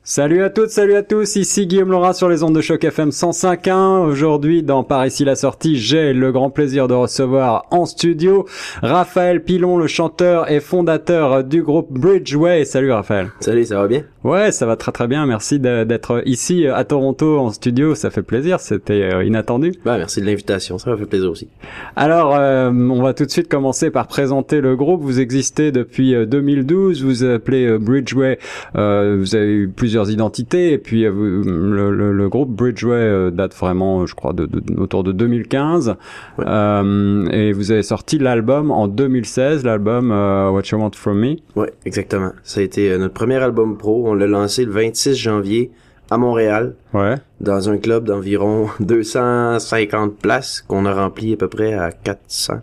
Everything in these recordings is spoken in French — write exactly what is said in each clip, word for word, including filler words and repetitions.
Salut à toutes, salut à tous, ici Guillaume Laurin sur les ondes de Choc F M cent cinq point un. Aujourd'hui, dans Par ici la sortie, j'ai le grand plaisir de recevoir en studio Raphaël Pilon, le chanteur et fondateur du groupe Bridgeway. Salut Raphaël. Salut, ça va bien? Ouais, ça va très très bien, merci de, d'être ici à Toronto en studio, ça fait plaisir, c'était euh, inattendu. Bah, merci de l'invitation, ça m'a fait plaisir aussi. Alors, euh, on va tout de suite commencer par présenter le groupe. Vous existez depuis euh, deux mille douze, vous appelez euh, Bridgeway, euh, vous avez eu plusieurs identités, et puis euh, le, le, le groupe Bridgeway euh, date vraiment, je crois, de, de, autour de deux mille quinze, ouais. euh, et vous avez sorti l'album en deux mille seize, l'album euh, What You Want From Me. Ouais, exactement. Ça a été euh, notre premier album pro. On l'a lancé le vingt-six janvier à Montréal. Ouais. Dans un club d'environ deux cent cinquante places qu'on a rempli à peu près à quatre cents.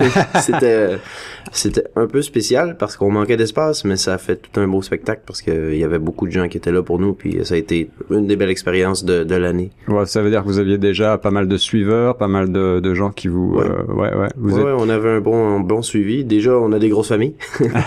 c'était c'était un peu spécial parce qu'on manquait d'espace, mais ça a fait tout un beau spectacle parce que il y avait beaucoup de gens qui étaient là pour nous, puis ça a été une des belles expériences de, de l'année. Ouais, ça veut dire que vous aviez déjà pas mal de suiveurs, pas mal de, de gens qui vous... Ouais, euh, ouais, ouais. Vous ouais, êtes... ouais, on avait un bon un bon suivi. Déjà, on a des grosses familles.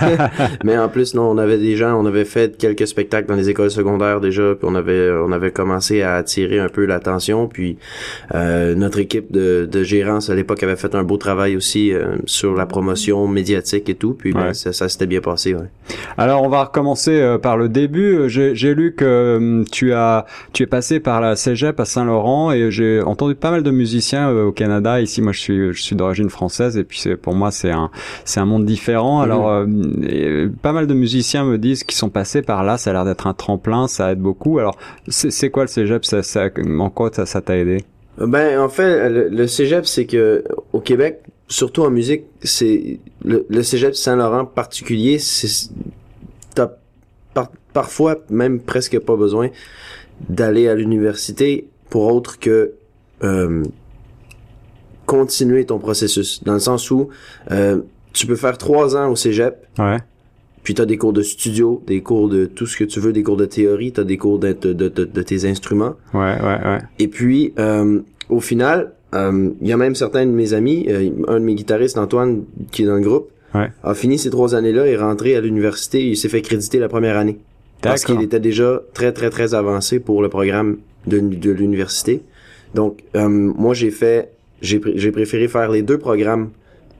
Mais en plus, non, on avait des gens, on avait fait quelques spectacles dans les écoles secondaires déjà, puis on avait on avait commencé à attirer un peu l'attention, puis euh, notre équipe de, de gérance à l'époque avait fait un beau travail aussi euh, sur la promotion médiatique et tout, puis ouais. ben, ça, ça s'était bien passé. Ouais. Alors on va recommencer euh, par le début. J'ai, j'ai lu que euh, tu as tu es passé par la Cégep à Saint-Laurent, et j'ai entendu pas mal de musiciens euh, au Canada. Ici, moi, je suis je suis d'origine française, et puis c'est, pour moi c'est un c'est un monde différent. Alors mmh. euh, et, pas mal de musiciens me disent qu'ils sont passés par là. Ça a l'air d'être un tremplin, ça aide beaucoup. Alors c'est, c'est quoi le Cégep? Ça, ça, en quoi ça, ça t'a aidé? Ben en fait, le, le Cégep, c'est que au Québec, surtout en musique, c'est le, le Cégep Saint-Laurent particulier, c'est t'as par, parfois même presque pas besoin d'aller à l'université pour autre que euh, continuer ton processus, dans le sens où euh, tu peux faire trois ans au Cégep. Ouais. Puis t'as des cours de studio, des cours de tout ce que tu veux, des cours de théorie, t'as des cours de, de, de, de, de tes instruments. Ouais, ouais, ouais. Et puis, euh, au final, il euh, y a même certains de mes amis, euh, un de mes guitaristes, Antoine, qui est dans le groupe, ouais. a fini ces trois années-là, est rentré à l'université, et il s'est fait créditer la première année. D'accord. Parce qu'il était déjà très, très, très avancé pour le programme de, de l'université. Donc, euh, moi, j'ai fait, j'ai, j'ai préféré faire les deux programmes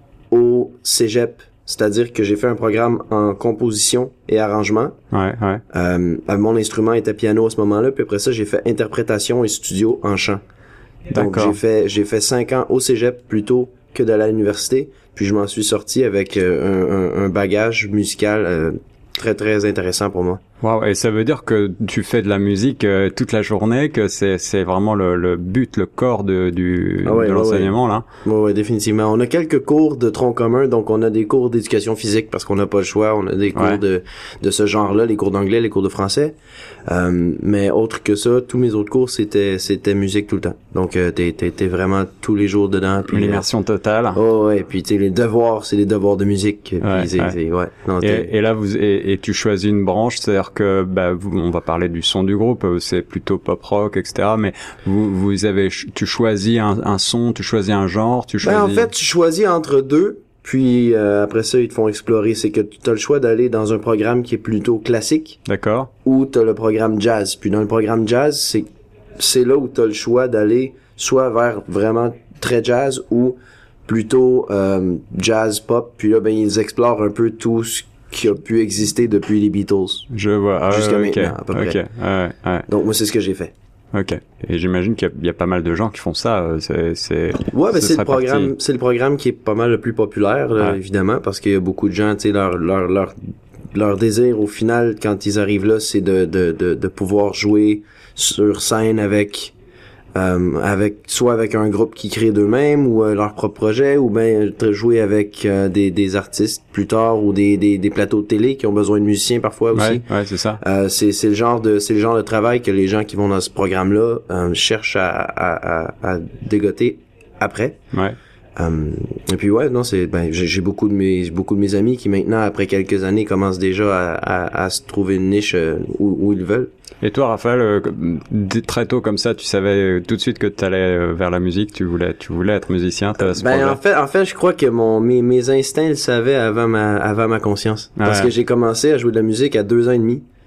au Cégep. C'est-à-dire que j'ai fait un programme en composition et arrangement. Ouais, ouais. Euh, mon instrument était piano à ce moment-là, puis après ça, j'ai fait interprétation et studio en chant. Donc, D'accord. j'ai fait j'ai fait cinq ans au Cégep plutôt que d'aller à l'université, puis je m'en suis sorti avec euh, un, un, un bagage musical euh, très, très intéressant pour moi. Wow, et ça veut dire que tu fais de la musique euh, toute la journée, que c'est c'est vraiment le, le but, le corps de du ah ouais, de ouais, l'enseignement ouais. là. Oui, ouais, définitivement. On a quelques cours de tronc commun, donc on a des cours d'éducation physique parce qu'on n'a pas le choix. On a des cours ouais. de de ce genre-là, les cours d'anglais, les cours de français. Euh, mais autre que ça, tous mes autres cours c'était c'était musique tout le temps. Donc euh, t'es t'es t'es vraiment tous les jours dedans. Puis l'immersion totale. Oh ouais, puis tu sais les devoirs, c'est les devoirs de musique. Ouais, puis c'est, ouais. c'est ouais. Non, et, et là vous et, et tu choisis une branche, c'est-à-dire que bah vous, on va parler du son du groupe, c'est plutôt pop rock, et cetera. Mais vous vous avez tu choisis un, un son, tu choisis un genre, tu choisis. Ben, en fait, tu choisis entre deux. Puis euh, après ça, ils te font explorer. C'est que tu as le choix d'aller dans un programme qui est plutôt classique. D'accord. Ou tu as le programme jazz. Puis dans le programme jazz, c'est c'est là où tu as le choix d'aller soit vers vraiment très jazz ou plutôt euh, jazz pop. Puis là, ben ils explorent un peu tout ce qui a pu exister depuis les Beatles. Je vois. Ah, jusqu'à okay. maintenant, à peu okay. près. Ouais, ouais. Donc moi, c'est ce que j'ai fait. Ok. Et j'imagine qu'il y a, il y a pas mal de gens qui font ça. C'est, c'est. Ouais, ben c'est le programme, parti... c'est le programme qui est pas mal le plus populaire, là, ouais. évidemment, parce qu'il y a beaucoup de gens, tu sais, leur leur leur leur désir au final quand ils arrivent là, c'est de de de, de pouvoir jouer sur scène avec euh, avec soit avec un groupe qui crée d'eux-mêmes ou euh, leur propre projet, ou bien jouer avec euh, des des artistes plus tard ou des des des plateaux de télé qui ont besoin de musiciens parfois aussi. Ouais, ouais, c'est ça. Euh, c'est c'est le genre de c'est le genre de travail que les gens qui vont dans ce programme-là euh, cherchent à à à, à dégoter après. Ouais. Um, et puis ouais, non, c'est ben j'ai, j'ai beaucoup de mes beaucoup de mes amis qui maintenant après quelques années commencent déjà à, à, à se trouver une niche euh, où, où ils veulent. Et toi, Raphaël, euh, très tôt comme ça, tu savais tout de suite que tu allais vers la musique, tu voulais tu voulais être musicien, t'avais ce Ben projet? en fait en fait, je crois que mon mes mes instincts le savaient avant ma avant ma conscience, parce ouais. que j'ai commencé à jouer de la musique à deux ans et demi.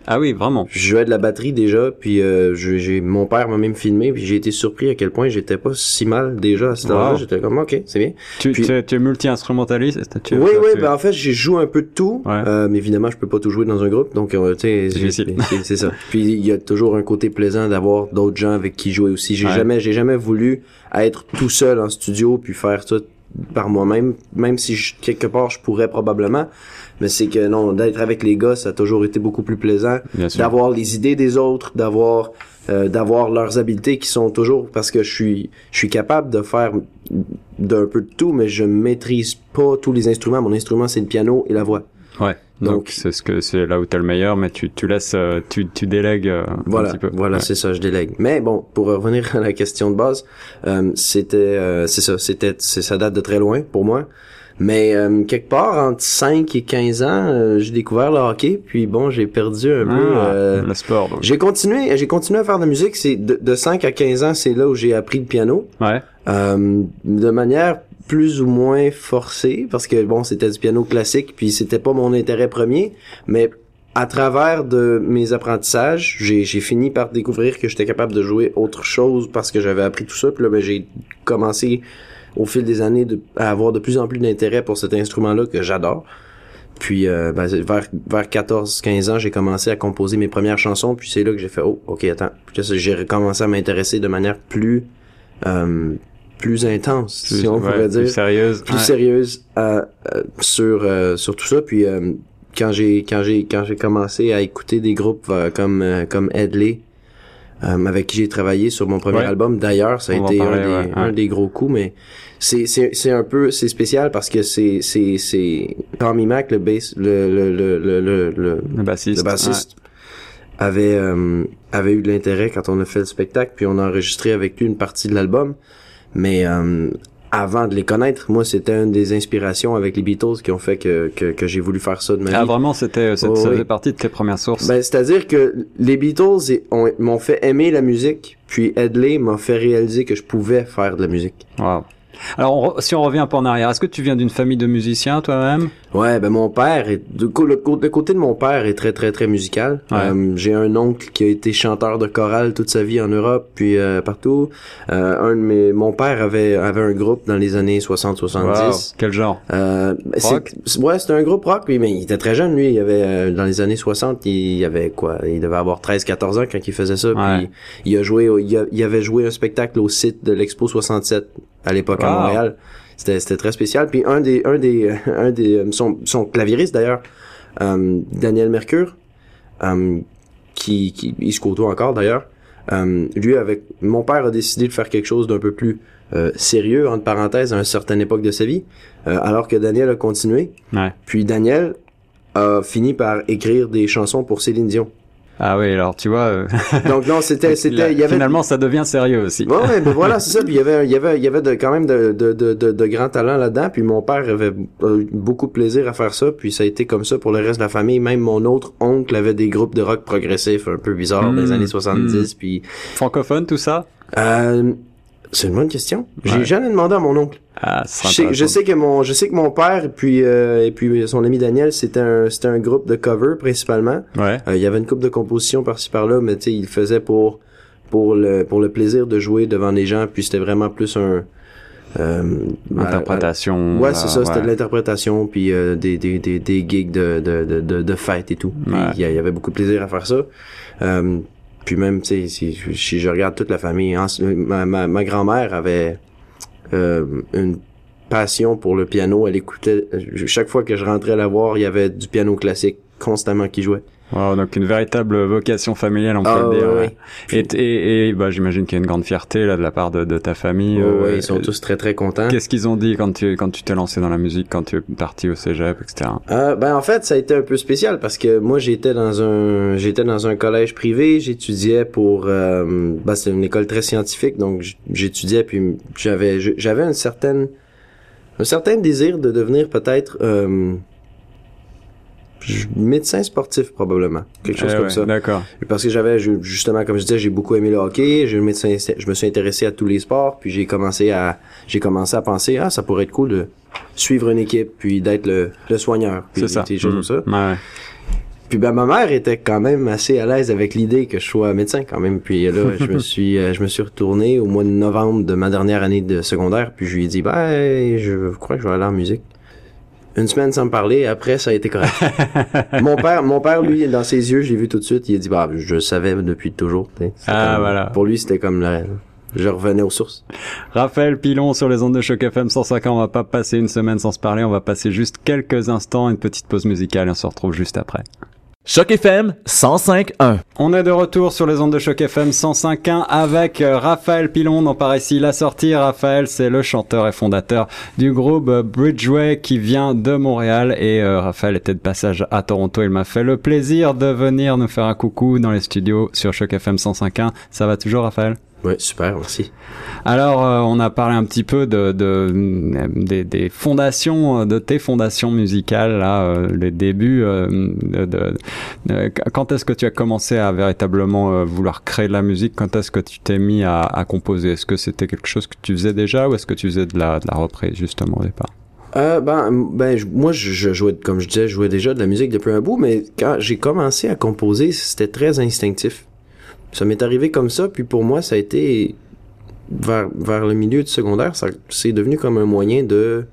Ah oui, vraiment. Je jouais de la batterie déjà, puis euh, je- j'ai mon père m'a même filmé, puis j'ai été surpris à quel point j'étais pas si mal déjà à cet âge-là. Wow. J'étais comme ok, c'est bien. Tu, Puis- tu, es- tu es multi-instrumentaliste? tu- oui, oui, tu- ben en fait, j'ai joué un peu de tout, Ouais. euh, mais évidemment, je peux pas tout jouer dans un groupe, donc euh, tu sais, C'est difficile. c'est, c'est ça. Puis il y a toujours un côté plaisant d'avoir d'autres gens avec qui jouer aussi. J'ai Ouais. jamais, j'ai jamais voulu être tout seul en studio puis faire ça par moi-même, même si je, quelque part je pourrais probablement. Mais c'est que non, d'être avec les gars, ça a toujours été beaucoup plus plaisant. Bien sûr. D'avoir les idées des autres, d'avoir euh, d'avoir leurs habiletés qui sont toujours parce que je suis je suis capable de faire d'un peu de tout, mais je maîtrise pas tous les instruments. Mon instrument c'est le piano et la voix. Ouais. Donc, Donc- c'est ce que c'est là où t'es le meilleur, mais tu tu laisses euh, tu tu délègues euh, Voilà, un petit peu. voilà, Ouais. c'est ça, je délègue. Mais bon, pour revenir à la question de base, euh, c'était, euh, c'est ça, c'était, c'est, ça date de très loin pour moi. Mais euh, quelque part entre cinq et quinze ans, euh, j'ai découvert le hockey, puis bon, j'ai perdu un peu. Ah, euh, le sport. Donc. J'ai continué, j'ai continué à faire de la musique. C'est de, de cinq à quinze ans, c'est là où j'ai appris le piano, Ouais. euh, de manière plus ou moins forcée, parce que bon, c'était du piano classique, puis c'était pas mon intérêt premier, mais à travers de mes apprentissages, j'ai, j'ai fini par découvrir que j'étais capable de jouer autre chose parce que j'avais appris tout ça. Puis là, ben, j'ai commencé au fil des années de, à avoir de plus en plus d'intérêt pour cet instrument-là que j'adore. Puis euh, ben, vers, vers quatorze quinze ans, j'ai commencé à composer mes premières chansons. Puis c'est là que j'ai fait « Oh, ok, attends. » Puis là, j'ai recommencé à m'intéresser de manière plus euh, plus intense, Plus, si on ouais, pourrait dire. plus sérieuse. Plus Ouais. sérieuse euh, euh, sur euh, sur tout ça. Puis euh, quand j'ai quand j'ai quand j'ai commencé à écouter des groupes euh, comme euh, comme Headley, euh, avec qui j'ai travaillé sur mon premier Ouais. album. D'ailleurs, ça a On va été en parler, un des ouais, un ouais. des gros coups, mais c'est c'est c'est un peu c'est spécial parce que c'est c'est c'est Tommy Mac, le bass le le le le le, le, Le bassiste. le bassiste avait euh, avait eu de l'intérêt quand on a fait le spectacle, puis on a enregistré avec lui une partie de l'album. Mais euh, avant de les connaître, moi c'était une des inspirations avec les Beatles qui ont fait que que, que j'ai voulu faire ça de ma Ouais. Ah vie. vraiment, c'était c'était- Oh, ça oui. faisait partie de tes premières sources. Ben, c'est-à-dire que les Beatles est- ont- m'ont fait aimer la musique, puis Headley m'a fait réaliser que je pouvais faire de la musique. Wow. Alors, on re- si on revient un peu en arrière, est-ce que tu viens d'une famille de musiciens toi-même? Ouais, ben mon père est du co- le, co- le côté de mon père est très très très musical. Ouais. Euh, j'ai un oncle qui a été chanteur de chorale toute sa vie en Europe puis euh, partout. Euh, un de mes mon père avait avait un groupe dans les années soixante soixante-dix. Wow. Quel genre? Euh, ben, Rock? c'est, ouais, c'était un groupe rock, oui, mais il était très jeune, lui. Il avait, euh, dans les années soixante, il, il avait quoi? Il devait avoir treize quatorze ans quand il faisait ça. Ouais. Puis il a joué, au- il, a- il avait joué un spectacle au site de l'Expo soixante-sept à l'époque à Wow. Montréal. C'était, c'était très spécial. Puis un des, un des, un des, euh, son, son clavieriste d'ailleurs, euh, Daniel Mercure, euh, qui, qui, il se côtoie encore d'ailleurs. Euh, lui, avec mon père a décidé de faire quelque chose d'un peu plus euh, sérieux, entre parenthèses, à une certaine époque de sa vie, euh, alors que Daniel a continué. Ouais. Puis Daniel a fini par écrire des chansons pour Céline Dion. Ah oui, alors tu vois. euh, Donc non, c'était, c'était, il y avait. Finalement, ça devient sérieux aussi. Ouais, ouais, ben voilà, c'est ça. Puis il y avait, il y avait, il y avait de, quand même de, de, de, de, de grands talents là-dedans. Puis mon père avait euh, beaucoup de plaisir à faire ça. Puis ça a été comme ça pour le reste de la famille. Même mon autre oncle avait des groupes de rock progressif un peu bizarres Mmh, dans les années soixante-dix. Puis Francophone, tout ça? euh, c'est une bonne question. J'ai Ouais. jamais demandé à mon oncle. Ah, Je ce sera sais, je intéressant. sais que mon, je sais que mon père et puis euh, et puis son ami Daniel, c'était un, c'était un groupe de cover principalement. Ouais. Euh, il y avait une couple de compositions par-ci par-là, mais tu sais, il le faisait pour pour le pour le plaisir de jouer devant les gens. Puis c'était vraiment plus un euh, Interprétation. euh, ouais, euh, c'est ça. C'était ouais. de l'interprétation puis euh, des des des des gigs de de de de, de fête et tout. Puis Ouais. il y, a- il y avait beaucoup de plaisir à faire ça. Euh, puis même, tu sais, si, si je regarde toute la famille, hein, ma ma, ma grand-mère avait euh, une passion pour le piano. Elle écoutait, chaque fois que je rentrais la voir, il y avait du piano classique constamment qui jouait. Wow, donc une véritable vocation familiale, on peut Ah, le dire. ouais, ouais. ouais. Et, et, et bah, j'imagine qu'il y a une grande fierté là de la part de, de ta famille. Oh, euh, ouais, ils sont tous très très contents. Qu'est-ce qu'ils ont dit quand tu quand tu t'es lancé dans la musique, quand tu es parti au cégep, et cetera. Euh, ben en fait, ça a été un peu spécial parce que moi j'étais dans un j'étais dans un collège privé, j'étudiais pour euh, ben c'est une école très scientifique, donc j- j'étudiais puis j'avais j'avais une certaine un certain désir de devenir peut-être euh, j- médecin sportif probablement, quelque chose Eh comme ouais, ça. D'accord. Parce que j'avais je- justement comme je disais, j'ai beaucoup aimé le hockey, j'ai me suis je me suis intéressé à tous les sports, puis j'ai commencé à j'ai commencé à penser ah ça pourrait être cool de suivre une équipe puis d'être le le soigneur. Puis C'est ça. des choses comme Mhm. ça. Ouais, ouais. Puis ben ma mère était quand même assez à l'aise avec l'idée que je sois médecin quand même. Puis là, je me suis euh, je me suis retourné au mois de novembre de ma dernière année de secondaire. Puis je lui ai dit, ben, je crois que je vais aller en musique. Une semaine sans me parler, après ça a été correct. mon père, mon père, lui, dans ses yeux, je l'ai vu tout de suite. Il a dit, bah, je le savais depuis toujours. Ah comme, voilà. Pour lui, c'était comme la, je revenais aux sources. Raphaël Pilon sur les ondes de Choc F M cent cinq. On va pas passer une semaine sans se parler. On va passer juste quelques instants, une petite pause musicale et on se retrouve juste après. Choc F M cent cinq point un. On est de retour sur les ondes de Choc F M cent cinq point un avec Raphaël Pilon dans Par ici la sortie. Raphaël, c'est le chanteur et fondateur du groupe Bridgeway qui vient de Montréal et euh, Raphaël était de passage à Toronto. Il m'a fait le plaisir de venir nous faire un coucou dans les studios sur Choc F M cent cinq point un. Ça va toujours, Raphaël? Ouais, super, merci. Alors, euh, on a parlé un petit peu de, de, des, des fondations, de tes fondations musicales, là, euh, les débuts. Euh, de, de, de, quand est-ce que tu as commencé à véritablement euh, vouloir créer de la musique? Quand est-ce que tu t'es mis à, à composer? Est-ce que c'était quelque chose que tu faisais déjà ou est-ce que tu faisais de la, de la reprise, justement, au départ? Euh, ben, ben, je, moi, je, je jouais, comme je disais, je jouais déjà de la musique depuis un bout, mais quand j'ai commencé à composer, c'était très instinctif. Ça m'est arrivé comme ça, puis pour moi, ça a été vers, vers le milieu du secondaire, ça, c'est devenu comme un moyen de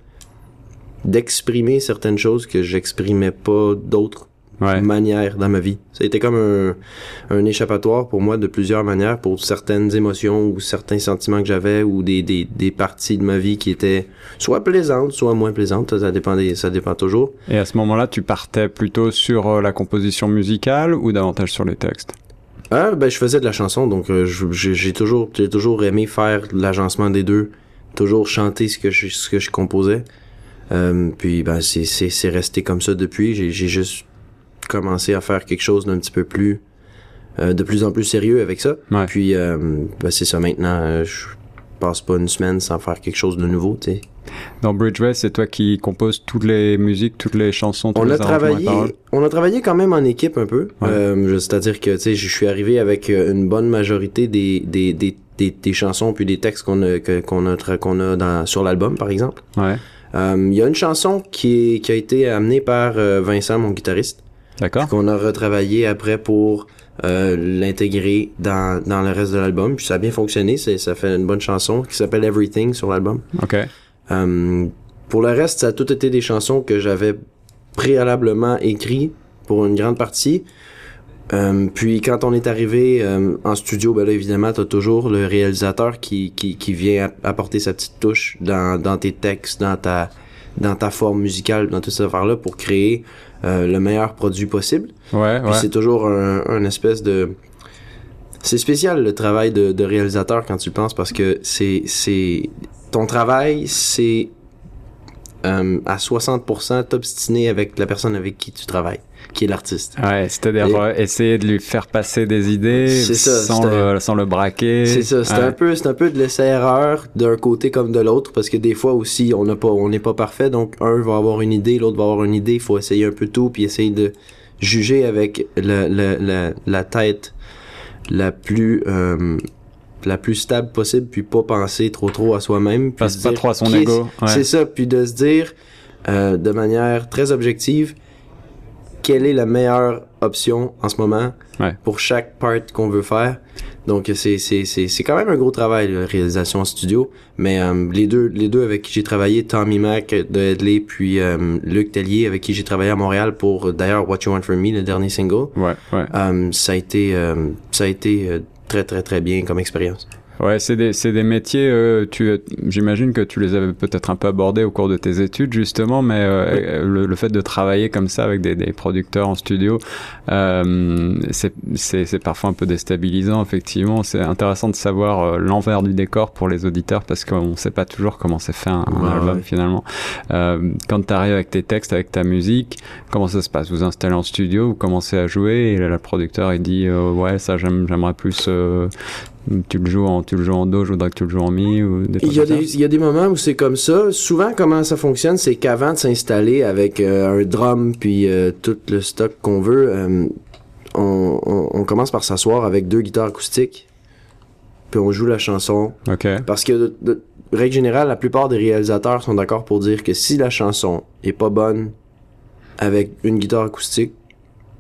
d'exprimer certaines choses que j'exprimais pas d'autres ouais. manières dans ma vie. Ça a été comme un, un échappatoire pour moi de plusieurs manières, pour certaines émotions ou certains sentiments que j'avais ou des, des, des parties de ma vie qui étaient soit plaisantes, soit moins plaisantes, ça dépend, des, ça dépend toujours. Et à ce moment-là, tu partais plutôt sur euh, la composition musicale ou davantage sur les textes? Ah, ben, je faisais de la chanson, donc euh, je, j'ai, j'ai toujours, j'ai toujours aimé faire l'agencement des deux, toujours chanter ce que je, ce que je composais. Euh, puis, ben, c'est, c'est, c'est resté comme ça depuis. J'ai, j'ai juste commencé à faire quelque chose d'un petit peu plus, euh, de plus en plus sérieux avec ça. Ouais. Puis, euh, ben, c'est ça maintenant. Euh, je passe pas une semaine sans faire quelque chose de nouveau, tu sais. Dans Bridgeway, c'est toi qui composes toutes les musiques, toutes les chansons, tous on les a travaillé, paroles. on a travaillé quand même en équipe un peu. Ouais. Euh, c'est-à-dire que tu sais, je suis arrivé avec une bonne majorité des des des des, des chansons puis des textes qu'on a que, qu'on a qu'on a dans sur l'album par exemple. Ouais. Il euh, y a une chanson qui est qui a été amenée par euh, Vincent, mon guitariste. D'accord. Qu'on a retravaillé après pour euh, l'intégrer dans dans le reste de l'album. Puis ça a bien fonctionné. C'est, ça fait une bonne chanson qui s'appelle Everything sur l'album. Ok. Euh, pour le reste, ça a tout été des chansons que j'avais préalablement écrites pour une grande partie. Euh, puis quand on est arrivé euh, en studio, ben là évidemment t'as toujours le réalisateur qui qui qui vient apporter sa petite touche dans dans tes textes, dans ta dans ta forme musicale, dans toutes ces affaires-là pour créer euh, le meilleur produit possible. Ouais, puis ouais. c'est toujours un, un espèce de c'est spécial le travail de, de réalisateur quand tu le penses parce que c'est c'est ton travail, c'est euh, à soixante pour cent t'obstiner avec la personne avec qui tu travailles, qui est l'artiste. Ouais, c'est-à-dire Et... essayer de lui faire passer des idées c'est ça, sans, c'est le, sans le braquer. C'est ça, c'est ouais. un peu, c'est un peu de l'essai-erreur d'un côté comme de l'autre, parce que des fois aussi, on n'a pas, on n'est pas parfait, donc un va avoir une idée, l'autre va avoir une idée, il faut essayer un peu tout, puis essayer de juger avec la, la, la, la tête la plus... Euh, la plus stable possible, puis pas penser trop trop à soi-même. Passe puis pas dire, trop à son est, ego. Ouais. C'est ça, puis de se dire euh, de manière très objective quelle est la meilleure option en ce moment ouais. pour chaque part qu'on veut faire. Donc c'est c'est c'est c'est quand même un gros travail la réalisation en studio, mais euh, les deux les deux avec qui j'ai travaillé, Tommy Mac de Headley puis euh, Luc Tellier avec qui j'ai travaillé à Montréal pour d'ailleurs What You Want From Me, le dernier single. Ouais, ouais. Euh, ça a été euh, ça a été euh, très très très bien comme expérience. Ouais, c'est des c'est des métiers. Euh, tu, j'imagine que tu les avais peut-être un peu abordés au cours de tes études justement, mais euh, oui. le, le fait de travailler comme ça avec des, des producteurs en studio, euh, c'est c'est c'est parfois un peu déstabilisant. Effectivement, c'est intéressant de savoir euh, l'envers du décor pour les auditeurs parce qu'on sait pas toujours comment c'est fait un, un ouais, album ouais. finalement. Euh, quand t'arrives avec tes textes, avec ta musique, comment ça se passe? Vous installez en studio, vous commencez à jouer et le producteur il dit euh, ouais ça j'aime j'aimerais plus euh, tu le joues en tu le joues en do, je voudrais que tu le joues en mi ou des il y a des il y a des moments où c'est comme ça. Souvent comment ça fonctionne, c'est qu'avant de s'installer avec euh, un drum puis euh, tout le stock qu'on veut, euh, on, on on commence par s'asseoir avec deux guitares acoustiques. Puis on joue la chanson. OK. Parce que de, de règle générale, la plupart des réalisateurs sont d'accord pour dire que si la chanson est pas bonne avec une guitare acoustique,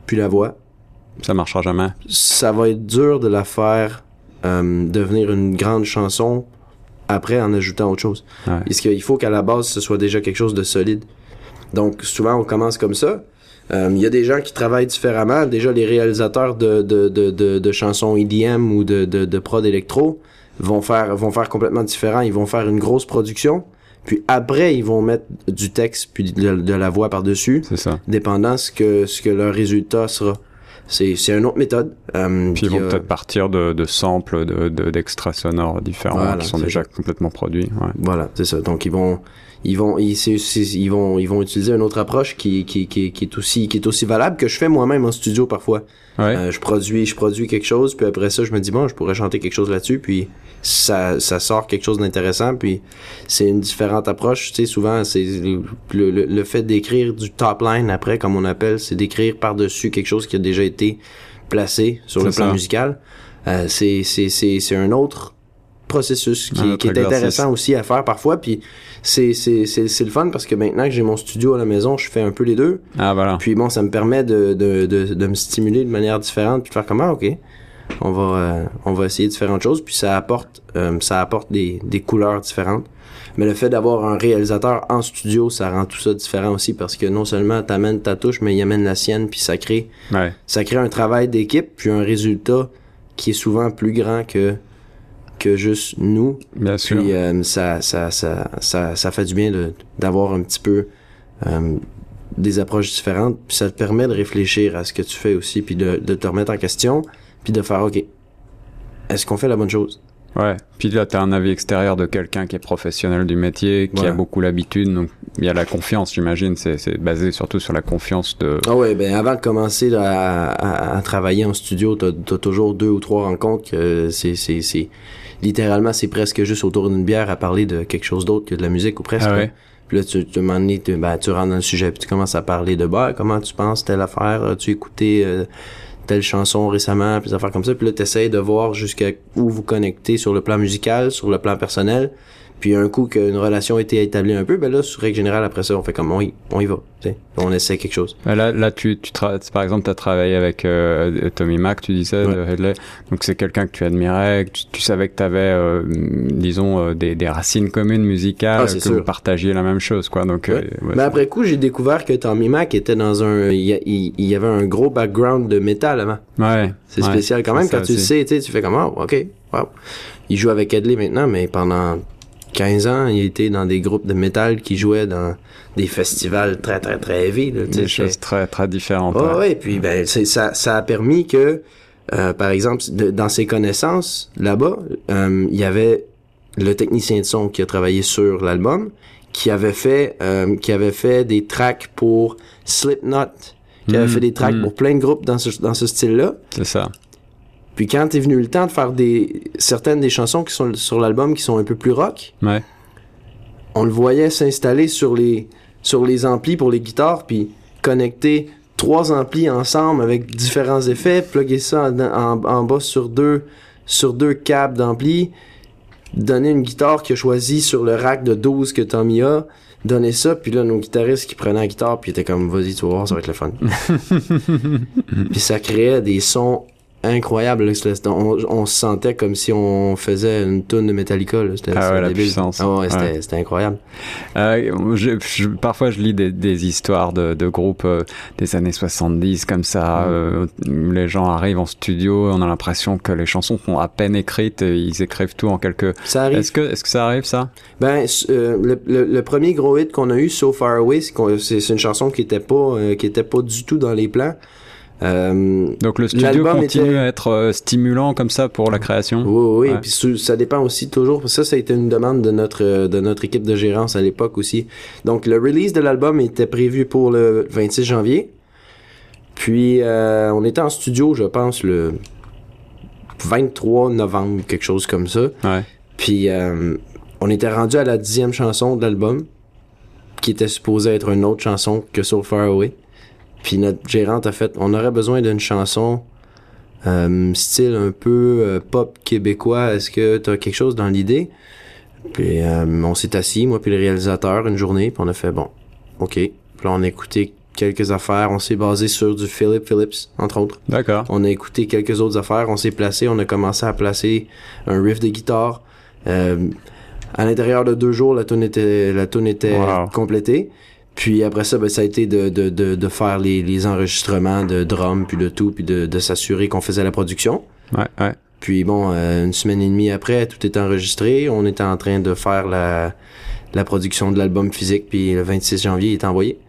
puis la voix, Ça marchera jamais. ça va être dur de la faire euh, devenir une grande chanson après en ajoutant autre chose. Ouais. Parce qu'il faut qu'à la base, ce soit déjà quelque chose de solide. Donc, souvent, on commence comme ça. Il euh, y a des gens qui travaillent différemment. Déjà, les réalisateurs de, de, de, de, de chansons E D M ou de, de, de prod électro vont faire, vont faire complètement différent. Ils vont faire une grosse production. Puis après, ils vont mettre du texte puis de, de la voix par-dessus. C'est ça. Dépendant ce que, ce que leur résultat sera. C'est, c'est une autre méthode. Euh, Puis ils vont a... peut-être partir de, de samples, de, de, d'extraits sonores différents Voilà, qui sont c'est déjà ça. complètement produits. Ouais. Voilà, c'est ça. Donc ils vont, ils vont, ils, c'est, c'est, ils vont, ils vont utiliser une autre approche qui, qui, qui, qui est aussi, qui est aussi valable que je fais moi-même en studio parfois. Ouais. Euh, je produis, je produis quelque chose, puis après ça, je me dis bon, je pourrais chanter quelque chose là-dessus, puis ça, ça sort quelque chose d'intéressant, puis c'est une différente approche. Tu sais, souvent, c'est le, le, le fait d'écrire du top line après, comme on appelle, c'est d'écrire par-dessus quelque chose qui a déjà été placé sur C'est le plan ça. musical. Euh, c'est, c'est, c'est, c'est un autre processus qui, Un autre qui est exercice. intéressant aussi à faire parfois, puis c'est, c'est, c'est, c'est le fun parce que maintenant que j'ai mon studio à la maison, je fais un peu les deux. Ah voilà. Puis bon, ça me permet de, de, de, de me stimuler de manière différente puis de faire comme ah, ok, on va euh, on va essayer différentes choses puis ça apporte euh, ça apporte des, des couleurs différentes. Mais le fait d'avoir un réalisateur en studio, ça rend tout ça différent aussi parce que non seulement t'amènes ta touche, mais il amène la sienne puis ça crée Ouais. ça crée un travail d'équipe puis un résultat qui est souvent plus grand que que juste nous. Bien sûr. Puis euh, ça, ça, ça, ça, ça fait du bien de, d'avoir un petit peu euh, des approches différentes. Puis ça te permet de réfléchir à ce que tu fais aussi, puis de, de te remettre en question, puis de faire, OK, est-ce qu'on fait la bonne chose? Ouais. Puis là, t'as un avis extérieur de quelqu'un qui est professionnel du métier, qui Voilà. a beaucoup l'habitude. Donc, il y a la confiance, j'imagine. C'est, c'est basé surtout sur la confiance de... Ah ouais, ben avant de commencer là, à, à, à travailler en studio, t'as, t'as toujours deux ou trois rencontres que c'est, c'est, c'est littéralement, c'est presque juste autour d'une bière à parler de quelque chose d'autre que de la musique ou presque. Ah ouais. Puis là, tu, tu, m'en es, tu, ben, tu rentres dans le sujet, puis tu commences à parler de, bah, comment tu penses telle affaire, as-tu écouté euh, telle chanson récemment, puis des affaires comme ça. Puis là, t'essayes de voir jusqu'à où vous connectez sur le plan musical, sur le plan personnel. Puis un coup qu'une relation a été établie un peu, ben là, sur règle générale, après ça, on fait comme, on y, on y va, tu sais. On essaie quelque chose. Là, là, tu, tu tra- par exemple, tu as travaillé avec euh, Tommy Mac, tu disais, Ouais. de Headley. Donc, c'est quelqu'un que tu admirais, que tu, tu savais que tu avais, euh, disons, euh, des, des racines communes musicales, Ah, c'est que sûr. vous partagiez la même chose, quoi. Donc, Ouais. euh, ouais, Mais c'est- après coup, j'ai découvert que Tommy Mac était dans un, il y, a- il, il y avait un gros background de métal avant. ouais, C'est ouais, spécial quand même c'est ça quand tu le aussi. sais, tu sais, tu fais comme, oh, ok, wow. Il joue avec Headley maintenant, mais pendant quinze ans, il était dans des groupes de métal qui jouaient dans des festivals très, très, très heavy, là, tu sais. Des c'est- choses très, très différentes. Ouais, ouais. ouais, puis ben c'est ça ça a permis que euh, par exemple de- dans ses connaissances là-bas, euh, il y avait le technicien de son qui a travaillé sur l'album, qui avait fait euh, qui avait fait des tracks pour Slipknot, qui avait Mm, fait des tracks mm. pour plein de groupes dans ce dans ce style-là. C'est ça. Puis quand est venu le temps de faire des certaines des chansons qui sont sur l'album qui sont un peu plus rock, Ouais. on le voyait s'installer sur les sur les amplis pour les guitares puis connecter trois amplis ensemble avec différents effets, plugger ça en, en, en bas sur deux sur deux câbles d'ampli, donner une guitare qu'il a choisi sur le rack de douze que Tommy a, donner ça, puis là nos guitaristes qui prenaient la guitare puis étaient comme vas-y tu vas voir ça va être le fun. Puis ça créait des sons incroyables là. C'était- on, on se sentait comme si on faisait une toune de Metallica là. C'était, Ah c'était ouais, la débile. puissance. Ah ouais, c'était, Ouais. c'était incroyable. Euh, je, je- parfois, je lis des, des histoires de, de groupes euh, des années soixante-dix comme ça, Mm. euh, où les gens arrivent en studio, on a l'impression que les chansons sont à peine écrites, et ils écrivent tout en quelques... Ça arrive. Est-ce que, est-ce que ça arrive, ça? Ben, euh, le, le, le premier gros hit qu'on a eu, So Far Away, c'est, qu'on- c'est, c'est une chanson qui était pas, euh, qui était pas du tout dans les plans. Euh, Donc le studio L'album continue était- à être euh, stimulant comme ça pour la création? oui, oui, Ouais. puis sou- ça dépend aussi toujours. Ça, ça a été une demande de notre, euh, de notre équipe de gérance à l'époque aussi. Donc, le release de l'album était prévu pour le vingt-six janvier. Puis, euh, on était en studio, je pense, le vingt-trois novembre, quelque chose comme ça. Ouais. Puis euh, on était rendu à la dixième chanson de l'album, qui était supposée être une autre chanson que So Far Away. Puis notre gérante a fait, on aurait besoin d'une chanson euh, style un peu euh, pop québécois. Est-ce que t'as quelque chose dans l'idée? Puis euh, on s'est assis, moi puis le réalisateur, une journée, puis on a fait bon, ok. Puis là on a écouté quelques affaires. On s'est basé sur du Philip Phillips, entre autres. D'accord. On a écouté quelques autres affaires. On s'est placé. On a commencé à placer un riff de guitare. Euh, à l'intérieur de deux jours, la tune était, la tune était wow. complétée. Puis après ça, ben, ça a été de, de, de, de faire les, les enregistrements de drums, puis de tout, puis de, de s'assurer qu'on faisait la production. Ouais, ouais. Puis bon, euh, une semaine et demie après, tout était enregistré. On était en train de faire la, la production de l'album physique, puis le vingt-six janvier, il est envoyé.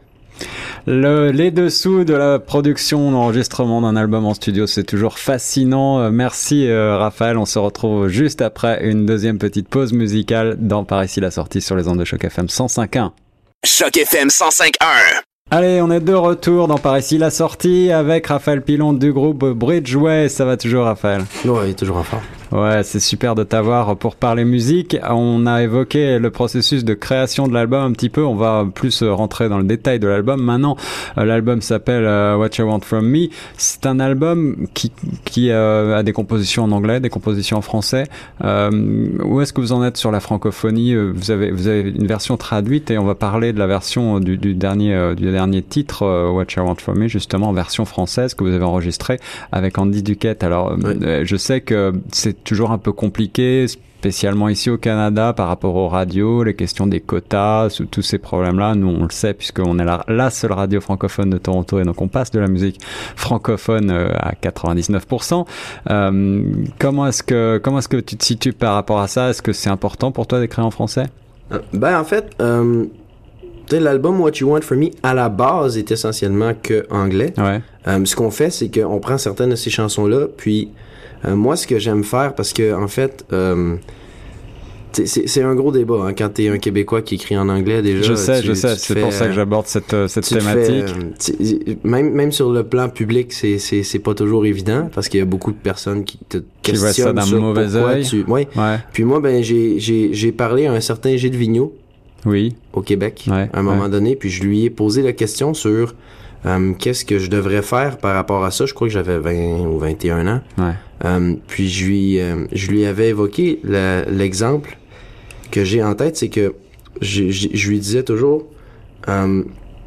Le, les dessous de la production, l'enregistrement d'un album en studio, c'est toujours fascinant. Euh, merci euh, Raphaël, on se retrouve juste après une deuxième petite pause musicale dans Par ici la sortie sur les ondes de Choc F M cent cinq point un. Choc F M cent cinq point un. Allez, on est de retour dans Par ici la sortie avec Raphaël Pilon du groupe Bridgeway. Ça va toujours, Raphaël? Ouais, il est toujours en forme. Ouais, c'est super de t'avoir pour parler musique. On a évoqué le processus de création de l'album un petit peu. On va plus rentrer dans le détail de l'album. Maintenant, l'album s'appelle uh, What You Want From Me. C'est un album qui, qui euh, a des compositions en anglais, des compositions en français. Euh, où est-ce que vous en êtes sur la francophonie? Vous avez, vous avez une version traduite et on va parler de la version du, du dernier, euh, du dernier titre, uh, What You Want From Me, justement en version française que vous avez enregistré avec Andy Duquette. Alors, oui. euh, je sais que c'est toujours un peu compliqué, spécialement ici au Canada par rapport aux radios, les questions des quotas, tous ces problèmes-là. Nous, on le sait puisqu'on est la, la seule radio francophone de Toronto et donc on passe de la musique francophone euh, à quatre-vingt-dix-neuf pour cent. Euh, comment est-ce que comment est-ce que tu te situes par rapport à ça? Est-ce que c'est important pour toi d'écrire en français? Euh, ben en fait, euh, l'album What You Want From Me à la base est essentiellement que anglais. Ouais. Euh, ce qu'on fait, c'est qu'on prend certaines de ces chansons-là, puis Euh, moi, ce que j'aime faire, parce que en fait, euh, c'est, c'est un gros débat hein, quand t'es un Québécois qui écrit en anglais déjà. Je sais, tu, je sais. Tu c'est fais, pour ça que j'aborde cette cette thématique. Fais, euh, même même sur le plan public, c'est c'est c'est pas toujours évident parce qu'il y a beaucoup de personnes qui te qui questionnent voient ça d'un sur mauvais œil. Tu... Ouais. ouais. Puis moi, ben j'ai j'ai j'ai parlé à un certain Gilles Vigneault. Oui. Au Québec, ouais, à un moment ouais. donné, puis je lui ai posé la question sur Euh, qu'est-ce que je devrais faire par rapport à ça? Je crois que j'avais vingt ou vingt et un ans. Ouais. Euh, puis je lui, euh, je lui avais évoqué la, l'exemple que j'ai en tête, c'est que je, je, je lui disais toujours euh,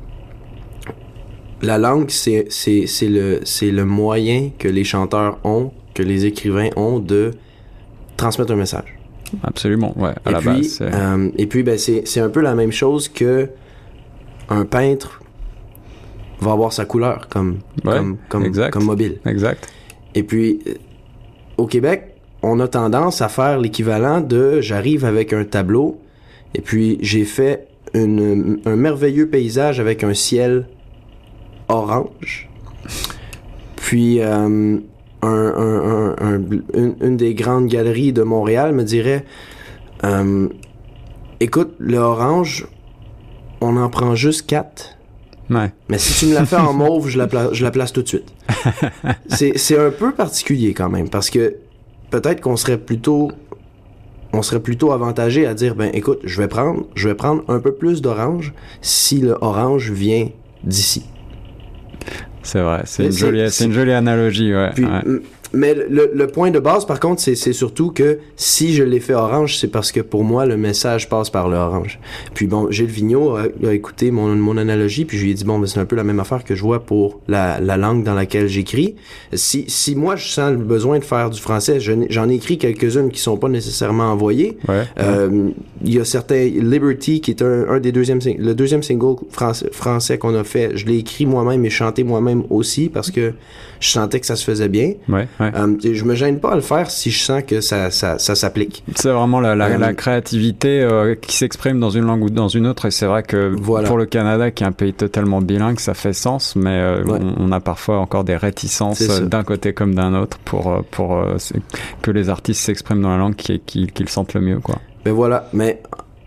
la langue, c'est, c'est, c'est, le, c'est le moyen que les chanteurs ont, que les écrivains ont de transmettre un message. Absolument, ouais, à et la puis, base. C'est... Euh, et puis, ben, c'est, c'est un peu la même chose que un peintre va avoir sa couleur comme, ouais, comme, comme, exact. comme mobile. Exact. Et puis, au Québec, on a tendance à faire l'équivalent de j'arrive avec un tableau et puis j'ai fait une, un merveilleux paysage avec un ciel orange. Puis, euh, un, un, un, un, une, une des grandes galeries de Montréal me dirait euh, écoute, le orange, on en prend juste quatre. Ouais. Mais si tu me la fais en mauve, je la, pla- je la place tout de suite. c'est, c'est un peu particulier quand même, parce que peut-être qu'on serait plutôt, on serait plutôt avantagé à dire, ben écoute, je vais prendre, je vais prendre un peu plus d'orange si le orange vient d'ici. C'est vrai, c'est, une c'est, jolie, c'est, c'est une jolie analogie, ouais. Puis, ouais. m- mais le, le point de base, par contre, c'est, c'est surtout que si je l'ai fait orange, c'est parce que pour moi, le message passe par le orange. Puis bon, Gilles Vigneault a, a écouté mon, mon analogie, puis je lui ai dit, bon, ben, c'est un peu la même affaire que je vois pour la, la langue dans laquelle j'écris. Si, si moi, je sens le besoin de faire du français, je, j'en ai écrit quelques-unes qui sont pas nécessairement envoyées. Ouais, euh, ouais. Il y a certains, Liberty, qui est un, un des deuxièmes, le deuxième single français, français qu'on a fait, je l'ai écrit moi-même et chanté moi-même aussi, parce que je sentais que ça se faisait bien. Ouais, ouais. Euh, je me gêne pas à le faire si je sens que ça, ça, ça s'applique. C'est vraiment la, la, euh, la créativité euh, qui s'exprime dans une langue ou dans une autre, et c'est vrai que voilà. Pour le Canada, qui est un pays totalement bilingue, ça fait sens, mais euh, ouais. on, on a parfois encore des réticences euh, d'un côté comme d'un autre pour, pour euh, que les artistes s'expriment dans la langue qui, qui, qu'ils sentent le mieux, quoi. Ben voilà, mais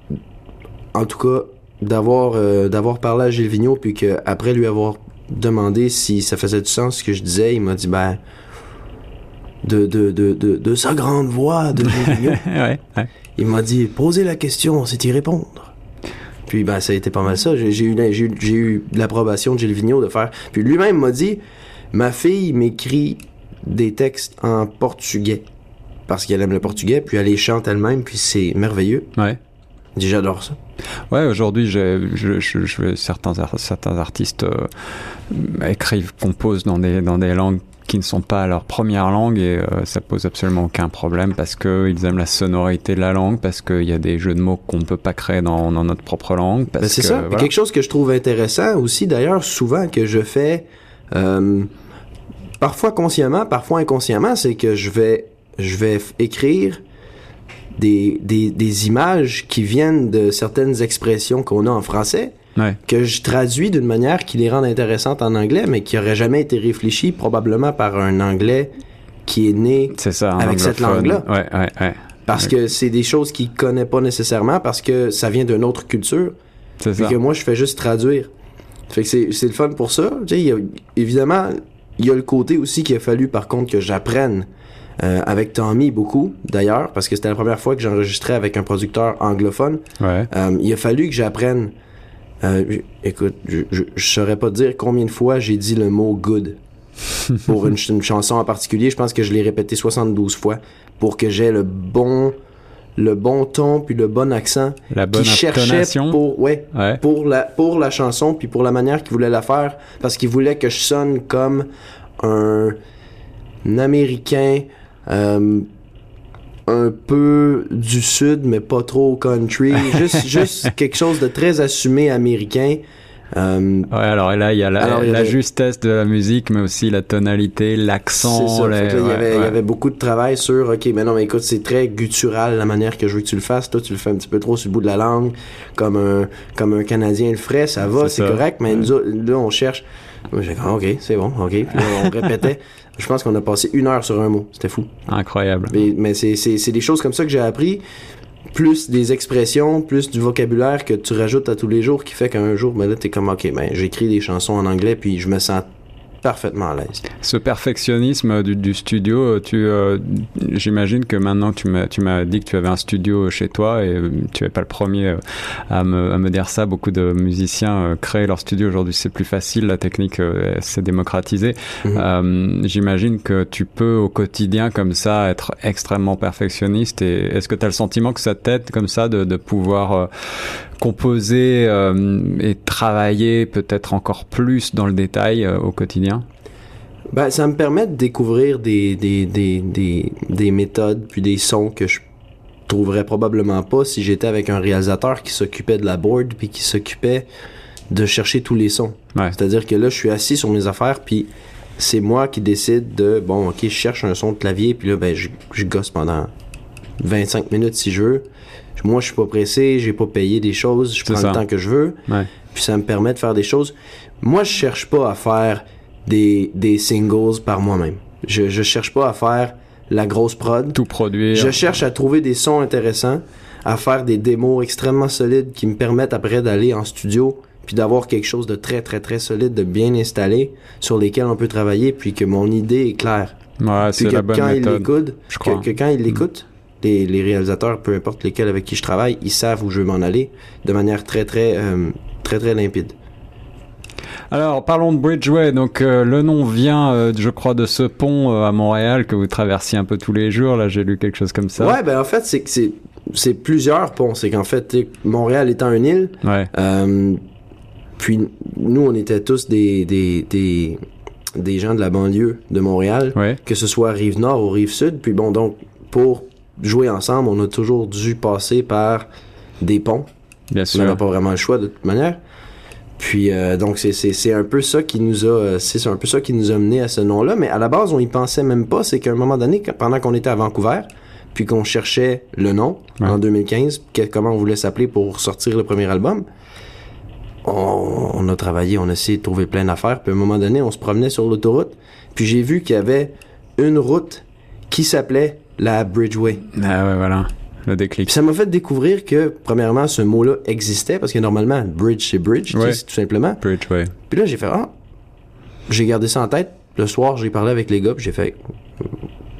en tout cas, d'avoir, euh, d'avoir parlé à Gilles Vigneault, puis qu'après lui avoir demandé si ça faisait du sens ce que je disais, il m'a dit, ben, de, de, de, de, de sa grande voix de Gilles Vigneault, ouais, ouais. Il m'a dit, posez la question, c'est y répondre. Puis, ben, ça a été pas mal ça. J'ai, j'ai, eu, j'ai, eu, j'ai eu l'approbation de Gilles Vigneault de faire. Puis lui-même m'a dit, ma fille m'écrit des textes en portugais parce qu'elle aime le portugais, puis elle les chante elle-même, puis c'est merveilleux. Ouais. Dis, j'adore ça. Ouais, aujourd'hui, j'ai, je, je, je, certains, certains artistes euh, écrivent, composent dans des, dans des langues qui ne sont pas leur première langue et euh, ça pose absolument aucun problème parce que ils aiment la sonorité de la langue, parce qu'il y a des jeux de mots qu'on ne peut pas créer dans, dans notre propre langue. Parce ben c'est que, ça. voilà. Quelque chose que je trouve intéressant aussi, d'ailleurs, souvent que je fais, euh, parfois consciemment, parfois inconsciemment, c'est que je vais, je vais f- écrire des, des, des images qui viennent de certaines expressions qu'on a en français, Ouais. que je traduis d'une manière qui les rend intéressantes en anglais, mais qui aurait jamais été réfléchie probablement par un anglais qui est né C'est ça, avec cette anglophone. langue-là. Ouais, ouais, ouais. Parce Ouais. que c'est des choses qu'il connaît pas nécessairement, parce que ça vient d'une autre culture. C'est Puis ça. que moi, je fais juste traduire. Fait que c'est, c'est le fun pour ça. Tu sais, il y a- évidemment, il y a le côté aussi qu'il a fallu, par contre, que j'apprenne euh, avec Tommy beaucoup, d'ailleurs, parce que c'était la première fois que j'enregistrais avec un producteur anglophone. Ouais. Euh, il a fallu que j'apprenne. Euh, j- écoute, je, je, je saurais pas te dire combien de fois j'ai dit le mot good pour une, ch- une chanson en particulier. Je pense que je l'ai répété soixante-douze fois pour que j'ai le bon, le bon ton puis le bon accent La bonne qu'il cherchait intonation. pour, ouais, Ouais. pour la, pour la chanson puis pour la manière qu'il voulait la faire, parce qu'il voulait que je sonne comme un, un Américain. Euh, un peu du sud, mais pas trop country. juste, juste quelque chose de très assumé américain. Euh, Ouais, alors et là, il y a la, Alors, il y la avait- justesse de la musique, mais aussi la tonalité, l'accent. c'est ça. les- Fait que là, il, y ouais, avait, il y ouais. avait beaucoup de travail sur, OK, mais non, mais écoute, c'est très guttural la manière que je veux que tu le fasses. Toi, tu le fais un petit peu trop sur le bout de la langue, comme un, comme un Canadien le ferait. Ça va, C'est c'est ça. correct, mais Ouais. nous autres, là, on cherche. Moi, j'ai dit, ah, OK, c'est bon, OK. Puis là, on répétait. Je pense qu'on a passé une heure sur un mot. C'était fou. Incroyable. Mais, mais c'est, c'est, c'est des choses comme ça que j'ai appris, plus des expressions, plus du vocabulaire que tu rajoutes à tous les jours, qui fait qu'un jour, ben là, t'es comme, OK, ben, j'écris des chansons en anglais, puis je me sens parfaitement à l'aise. Ce perfectionnisme du, du studio, tu, euh, j'imagine que maintenant tu m'as, tu m'as dit que tu avais un studio chez toi et euh, tu n'es pas le premier euh, à me, à me dire ça. Beaucoup de musiciens euh, créent leur studio aujourd'hui, c'est plus facile, la technique euh, s'est démocratisée. Mhm. Euh, j'imagine que tu peux au quotidien comme ça être extrêmement perfectionniste. Et est-ce que tu as le sentiment que ça t'aide comme ça de, de pouvoir euh, composer euh, et travailler peut-être encore plus dans le détail euh, au quotidien? Ben, ça me permet de découvrir des, des, des, des, des méthodes puis des sons que je trouverais probablement pas si j'étais avec un réalisateur qui s'occupait de la board puis qui s'occupait de chercher tous les sons. Ouais. C'est-à-dire que là, je suis assis sur mes affaires puis c'est moi qui décide de, bon, OK, je cherche un son de clavier puis là, ben, je, je gosse pendant vingt-cinq minutes si je veux. Moi, je suis pas pressé, j'ai pas payé des choses, je C'est prends ça. le temps que je veux. Ouais. Puis ça me permet de faire des choses. Moi, je cherche pas à faire des, des singles par moi-même. Je, je cherche pas à faire la grosse prod. Tout produire. Je cherche à trouver des sons intéressants, à faire des démos extrêmement solides qui me permettent après d'aller en studio puis d'avoir quelque chose de très, très, très solide, de bien installé, sur lesquels on peut travailler, puis que mon idée est claire. Ouais, Puis c'est que la bonne quand ils méthode. l'écoutent, je crois. que, que quand ils l'écoutent, les, les réalisateurs, peu importe lesquels avec qui je travaille, ils savent où je veux m'en aller de manière très, très, euh, très, très limpide. Alors, parlons de Bridgeway. Donc, euh, le nom vient, euh, je crois, de ce pont euh, à Montréal que vous traversiez un peu tous les jours. Là, j'ai lu quelque chose comme ça. Ouais, ben en fait, c'est que c'est c'est plusieurs ponts. C'est qu'en fait, t'sais, Montréal étant une île, Ouais. euh, puis nous, on était tous des, des, des, des gens de la banlieue de Montréal, Ouais. que ce soit Rive-Nord ou Rive-Sud. Puis bon, donc, pour jouer ensemble, on a toujours dû passer par des ponts. Bien On n'avait sûr. pas vraiment le choix de toute manière. Puis euh, donc c'est c'est c'est un peu ça qui nous a euh, c'est un peu ça qui nous a mené à ce nom-là, mais à la base on y pensait même pas. C'est qu'à un moment donné, quand- pendant qu'on était à Vancouver, puis qu'on cherchait le nom Ouais. en deux mille quinze, que- comment on voulait s'appeler pour sortir le premier album, on, on a travaillé, on a essayé de trouver plein d'affaires. Puis à un moment donné, on se promenait sur l'autoroute, puis j'ai vu qu'il y avait une route qui s'appelait la Bridgeway. Ah ouais, voilà. Le déclic. Puis ça m'a fait découvrir que, premièrement, ce mot-là existait, parce que normalement, bridge, c'est bridge, tu Ouais. sais, c'est tout simplement. Bridgeway. Puis là, j'ai fait, ah, j'ai gardé ça en tête. Le soir, j'ai parlé avec les gars, puis j'ai fait,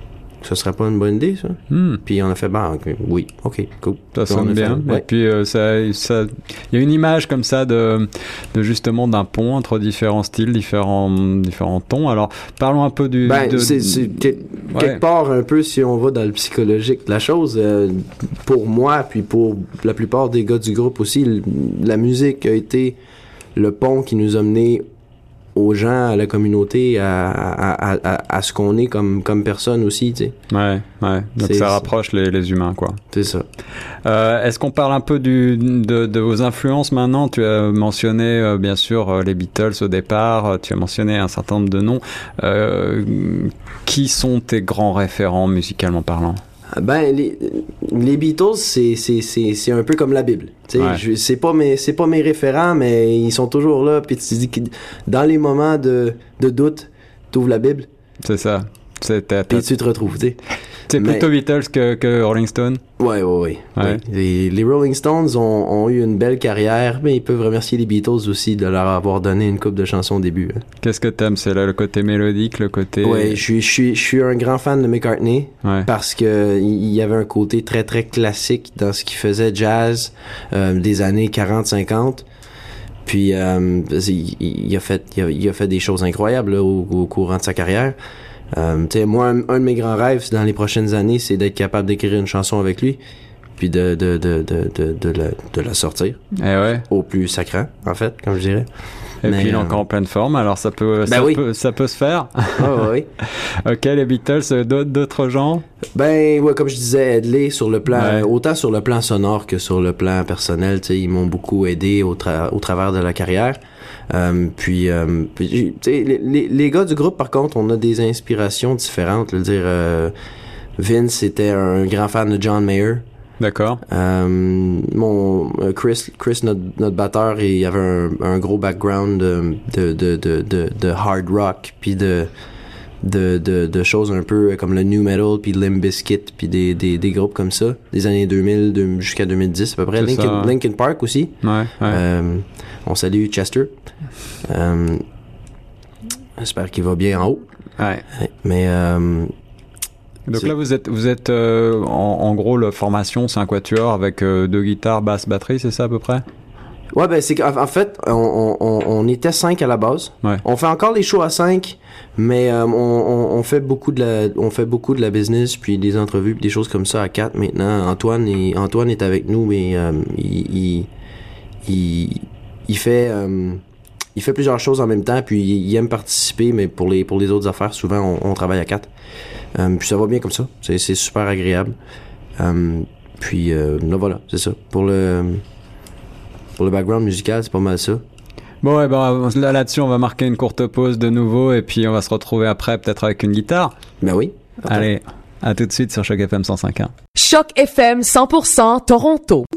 ce serait pas une bonne idée, ça? Hmm. Puis on a fait, bah, okay, oui, ok, cool. Ça Puis on sonne a bien. fait, ouais. Et puis, euh, ça, ça, il y a une image comme ça de, de justement d'un pont entre différents styles, différents, différents tons. Alors, parlons un peu du. Ben, de, c'est, c'est que- ouais. quelque part un peu si on va dans le psychologique de la chose. euh, pour moi, puis pour la plupart des gars du groupe aussi, l- la musique a été le pont qui nous a menés aux gens, à la communauté, à, à, à, à, à ce qu'on est comme, comme personne aussi, tu sais. Ouais, ouais. Donc C'est- ça rapproche les, les humains, quoi. C'est ça. Euh, est-ce qu'on parle un peu du, de, de vos influences maintenant? Tu as mentionné, euh, bien sûr, euh, les Beatles au départ. Euh, tu as mentionné un certain nombre de noms. Euh, qui sont tes grands référents musicalement parlant? Ben, les, les Beatles, c'est, c'est, c'est, c'est un peu comme la Bible. Tu sais, Ouais. je- c'est pas mes, c'est pas mes référents, mais ils sont toujours là. Puis tu te dis que dans les moments de, de doute, t'ouvres la Bible, C'est ça. C'est t'as- puis t'as- tu te retrouves, tu sais. c'est mais- plutôt Beatles que, que Rolling Stone? Ouais, ouais, ouais. Ouais. ouais. Les, les Rolling Stones ont, ont eu une belle carrière, mais ils peuvent remercier les Beatles aussi de leur avoir donné une couple de chansons au début. hein. Qu'est-ce que t'aimes? C'est là le côté mélodique, le côté... Ouais, je suis, je suis, je suis un grand fan de McCartney Ouais. parce que il y avait un côté très très classique dans ce qu'il faisait jazz euh, des années quarante cinquante. Puis euh, il, il a fait, il a, il a fait des choses incroyables là, au, au courant de sa carrière. Euh, tu sais, moi, un, un de mes grands rêves dans les prochaines années, c'est d'être capable d'écrire une chanson avec lui, puis de de de de de, de, la, de la sortir Eh ouais. au plus sacrant, en fait, comme je dirais. Et Mais, puis il est euh, encore en pleine forme, alors ça peut, Ben ça, oui. peut ça peut se faire. Ah ouais. Ok, les Beatles, euh, d'autres, d'autres gens? Ben ouais, comme je disais, Edley sur le plan, Ouais. autant sur le plan sonore que sur le plan personnel, tu sais, ils m'ont beaucoup aidé au, tra- au travers de la carrière. Euh, puis, euh, puis, tu sais, les, les, les gars du groupe, par contre, on a des inspirations différentes. Je veux dire, euh, Vince était un grand fan de John Mayer. D'accord. Euh, mon euh, Chris, Chris notre, notre batteur, il avait un, un gros background de de, de, de, de, de hard rock, puis de de, de de choses un peu comme le new metal, puis Limp Bizkit, puis des, des des groupes comme ça, des années deux mille de, jusqu'à deux mille dix à peu près. C'est Linkin, ça, ouais. Linkin Park aussi. Ouais, ouais. Euh, on salue Chester. Euh, j'espère qu'il va bien en haut. ouais. Mais euh, Donc c'est- là, vous êtes, vous êtes euh, en, en gros, la formation, c'est un quatuor avec euh, deux guitares, basse, batterie, c'est ça à peu près? ouais, ben c'est qu'en en fait, on, on, on, on était cinq à la base. Ouais. On fait encore les shows à cinq, mais euh, on, on, on fait beaucoup de la, on fait beaucoup de la business, puis des entrevues, puis des choses comme ça à quatre maintenant. Antoine est, Antoine est avec nous, mais euh, il, il, il, il fait, euh, il fait plusieurs choses en même temps, puis il, il aime participer, mais pour les, pour les autres affaires, souvent on, on travaille à quatre. Euh, puis ça va bien comme ça, c'est, c'est super agréable. Euh, puis euh, là voilà, c'est ça. Pour le, pour le background musical, c'est pas mal ça. Bon, ouais, bah, là, là-dessus, on va marquer une courte pause de nouveau et puis on va se retrouver après, peut-être avec une guitare. Ben oui. Allez, à tout de suite sur Choc F M cent cinq point un. Choc F M cent pour cent Toronto.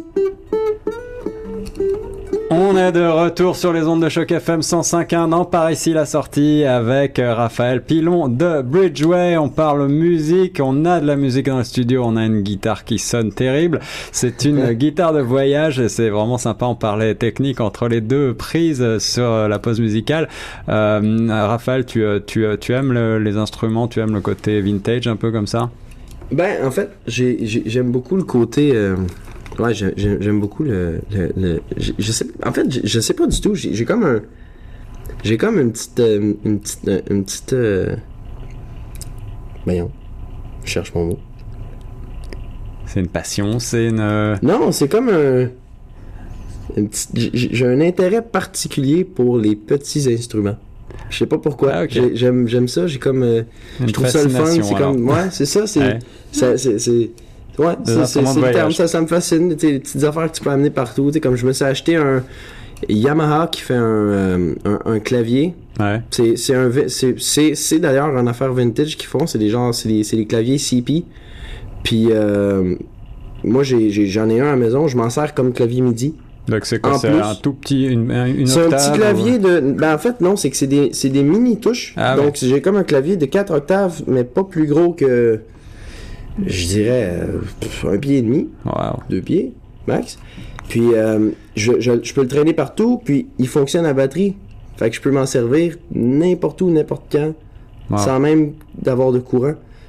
On est de retour sur les ondes de Choc F M cent cinq point un dans Par ici la sortie avec euh, Raphaël Pilon de Bridgeway. On parle musique, on a de la musique dans le studio, on a une guitare qui sonne terrible. C'est une guitare de voyage et c'est vraiment sympa. On parlait technique entre les deux prises sur la pause musicale. Euh, Raphaël, tu, tu, tu aimes le, les instruments, tu aimes le côté vintage un peu comme ça? Ben, en fait, j'ai, j'ai- j'aime beaucoup le côté... euh, ouais, j'ai- j'ai- j'aime beaucoup le... le, le- je, je sais, en fait, je, je sais pas du tout. J'ai, j'ai comme un... J'ai comme une petite... euh, une petite... euh, Une petite... Euh... Voyons. Je cherche mon mot. C'est une passion, c'est une... euh, Non, c'est comme un... Une petite, j'ai, j'ai un intérêt particulier pour les petits instruments. Je sais pas pourquoi. Ah, ok. J'ai- j'aime, j'aime ça. J'ai comme... euh, une je trouve ça le fun. fascination, C'est alors. comme... Ouais, c'est ça. C'est... Ouais. Ça, c'est, c'est, ouais, Des c'est, c'est, instruments c'est de le terme, voyage. ça, ça me fascine, tu sais, les petites affaires que tu peux amener partout, tu sais, comme je me suis acheté un Yamaha qui fait un, euh, un, un clavier, Ouais. c'est, c'est un, vi- c'est, c'est, c'est d'ailleurs une affaire vintage qu'ils font, c'est des gens, c'est des, c'est des claviers C P, puis euh, moi j'ai, j'ai, j'en ai un à la maison, je m'en sers comme clavier MIDI. Donc c'est quoi? En C'est plus, un tout petit, une, une C'est un octave, petit clavier de. Ben en fait non, c'est que c'est des c'est des mini touches. Ah donc ouais. j'ai comme un clavier de quatre octaves, mais pas plus gros que je dirais euh, pff, un pied et demi, ou- Wow. deux pieds max. Puis euh, je, je je peux le traîner partout, puis il fonctionne à batterie. Fait que je peux m'en servir n'importe où, n'importe quand, Wow. sans même d'avoir de courant.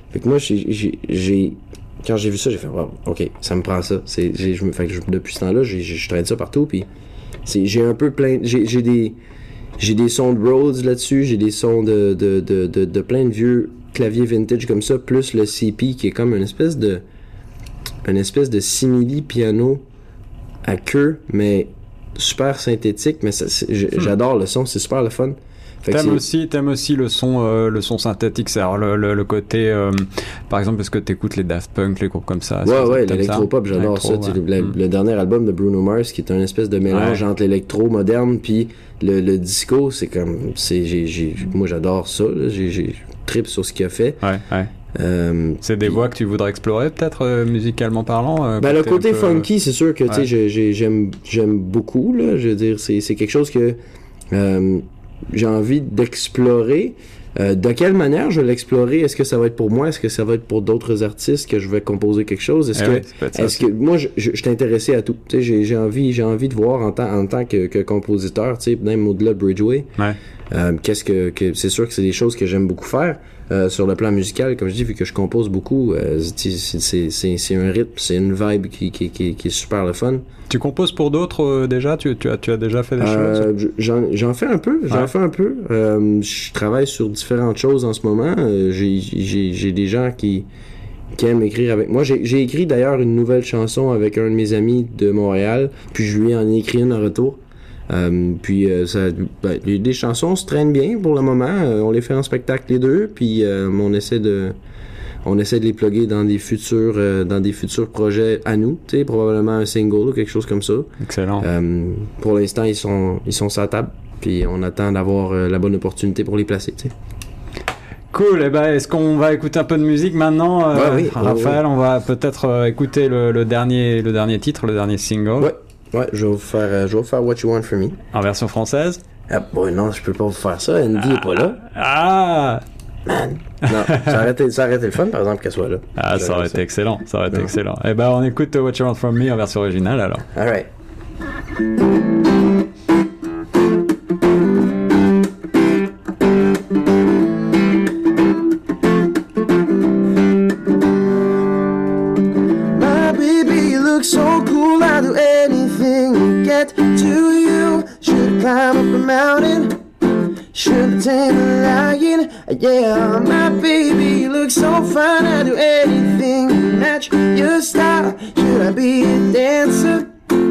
Fait que moi, j'ai, j'ai, j'ai quand j'ai vu ça, j'ai fait, wow, ok, ça me prend ça. C'est, j'ai, je me, fait que je, depuis ce temps-là, j'ai, j'ai, je traîne ça partout, puis c'est, j'ai un peu plein, j'ai, j'ai des, j'ai des sons de Rhodes là-dessus, j'ai des sons de, de, de, de, de plein de vieux claviers vintage comme ça, plus le C P qui est comme une espèce de, une espèce de simili piano à queue, mais super synthétique, mais ça, c'est, j'adore le son, c'est super le fun. Fait t'aimes aussi, t'aimes aussi le son, euh, le son synthétique, c'est alors le, le, le côté, euh, par exemple, est-ce que t'écoutes les Daft Punk, les groupes comme ça? Ouais, ouais, l'électropop, j'adore Electro, ça. Ouais. Le, mm. le dernier album de Bruno Mars, qui est un espèce de mélange ouais. entre l'électro moderne puis le, le disco, c'est comme, c'est, j'ai, j'ai, moi j'adore ça, là, j'ai, j'ai trip sur ce qu'il a fait. Ouais, ouais. Euh, c'est des pis... voix que tu voudrais explorer peut-être euh, musicalement parlant euh, ben le côté peu... funky c'est sûr que ouais. tu sais j'aime j'aime beaucoup là, je veux dire c'est c'est quelque chose que euh, j'ai envie d'explorer. Euh, de quelle manière je vais l'explorer? Est-ce que ça va être pour moi? Est-ce que ça va être pour d'autres artistes que je vais composer quelque chose? Est-ce eh que, oui, est-ce que moi, je, je, je suis intéressé à tout. Tu sais, j'ai, j'ai envie, j'ai envie de voir en tant, en tant que, que compositeur, tu sais, même au-delà de Bridgeway. Ouais. Euh, qu'est-ce que, que, c'est sûr que c'est des choses que j'aime beaucoup faire. Euh, sur le plan musical, comme je dis, vu que je compose beaucoup, euh, c'est, c'est, c'est, c'est un rythme, c'est une vibe qui, qui, qui, qui est super le fun. Tu composes pour d'autres euh, déjà? Tu, tu, as, tu as déjà fait des euh, choses? J'en, j'en fais un peu, j'en ouais. fais un peu. Euh, je travaille sur différentes choses en ce moment. Euh, j'ai, j'ai, j'ai des gens qui, qui aiment écrire avec moi. J'ai, j'ai écrit d'ailleurs une nouvelle chanson avec un de mes amis de Montréal, puis je lui en ai écrit une en retour. Euh, puis euh, ça, ben, les, les chansons se traînent bien pour le moment. Euh, on les fait en spectacle les deux, puis euh, on essaie de, on essaie de les plugger dans des futurs, euh, dans des futurs projets à nous. Tu sais, probablement un single ou quelque chose comme ça. Excellent. Euh, pour l'instant, ils sont, ils sont sur la table, puis on attend d'avoir euh, la bonne opportunité pour les placer. Tu sais. Cool. Et ben, est-ce qu'on va écouter un peu de musique maintenant, euh, ouais, oui, Raphaël? ouais. On va peut-être euh, écouter le, le dernier, le dernier titre, le dernier single. Ouais. Ouais, je vais vous faire, euh, je vais vous faire What You Want From Me. En version française? Ah, bon, non, je peux pas vous faire ça. Andy ah, est pas là. Ah! Man. Non, ça aurait été, ça aurait été le fun, par exemple, qu'elle soit là. Ah, ça aurait été excellent. Ça aurait été excellent. Eh ben, on écoute What You Want From Me en version originale, alors. Alright. So cool, I'll do anything to get to you. Should climb up a mountain, should tame a lion. Yeah, my baby, you look so fine. I'll do anything to match your style. Should I be a dancer?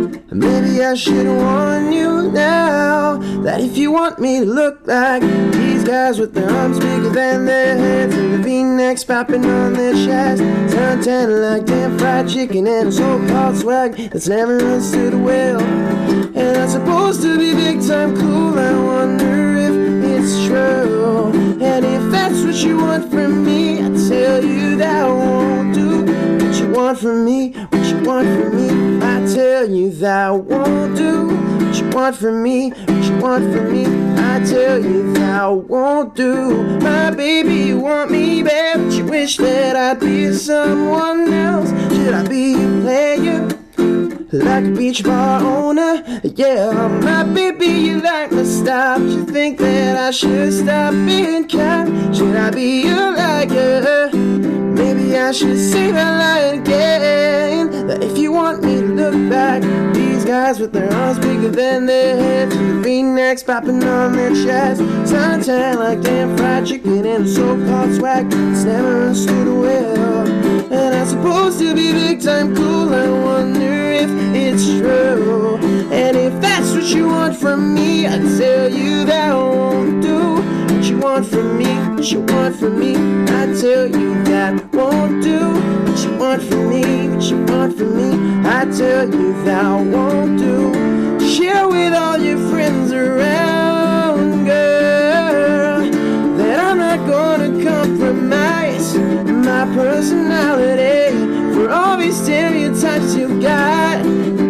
Maybe I should warn you now that if you want me to look like these guys with their arms bigger than their heads and the V-necks popping on their chest, suntan like damn fried chicken and a so-called swag that's never understood well. And I'm supposed to be big time cool, I wonder if it's true. And if that's what you want from me, I tell you that I won't do what you want from me, what you want from me. I tell you that I won't do what you want from me, what you want from me. I tell you that I won't do. My baby, you want me bad, but you wish that I'd be someone else. Should I be a player? Like a beach bar owner? Yeah, my baby, you like my style, but you think that I should stop being kind. Should I be a liar? Maybe I should say that lie again. That if you want me to look back, these guys with their arms bigger than their heads and the V-necks popping on their chest, suntan like damn fried chicken and a so-called swag that's never understood well. And I'm supposed to be big time cool, I wonder if it's true. And if that's what you want from me, I tell you that I won't do what you want from me, what you want from me. I tell you that I won't do what you want from me, what you want from me. I tell you that I won't do. Share with all your friends around, girl, that I'm not gonna compromise my personality for all these stereotypes you've got,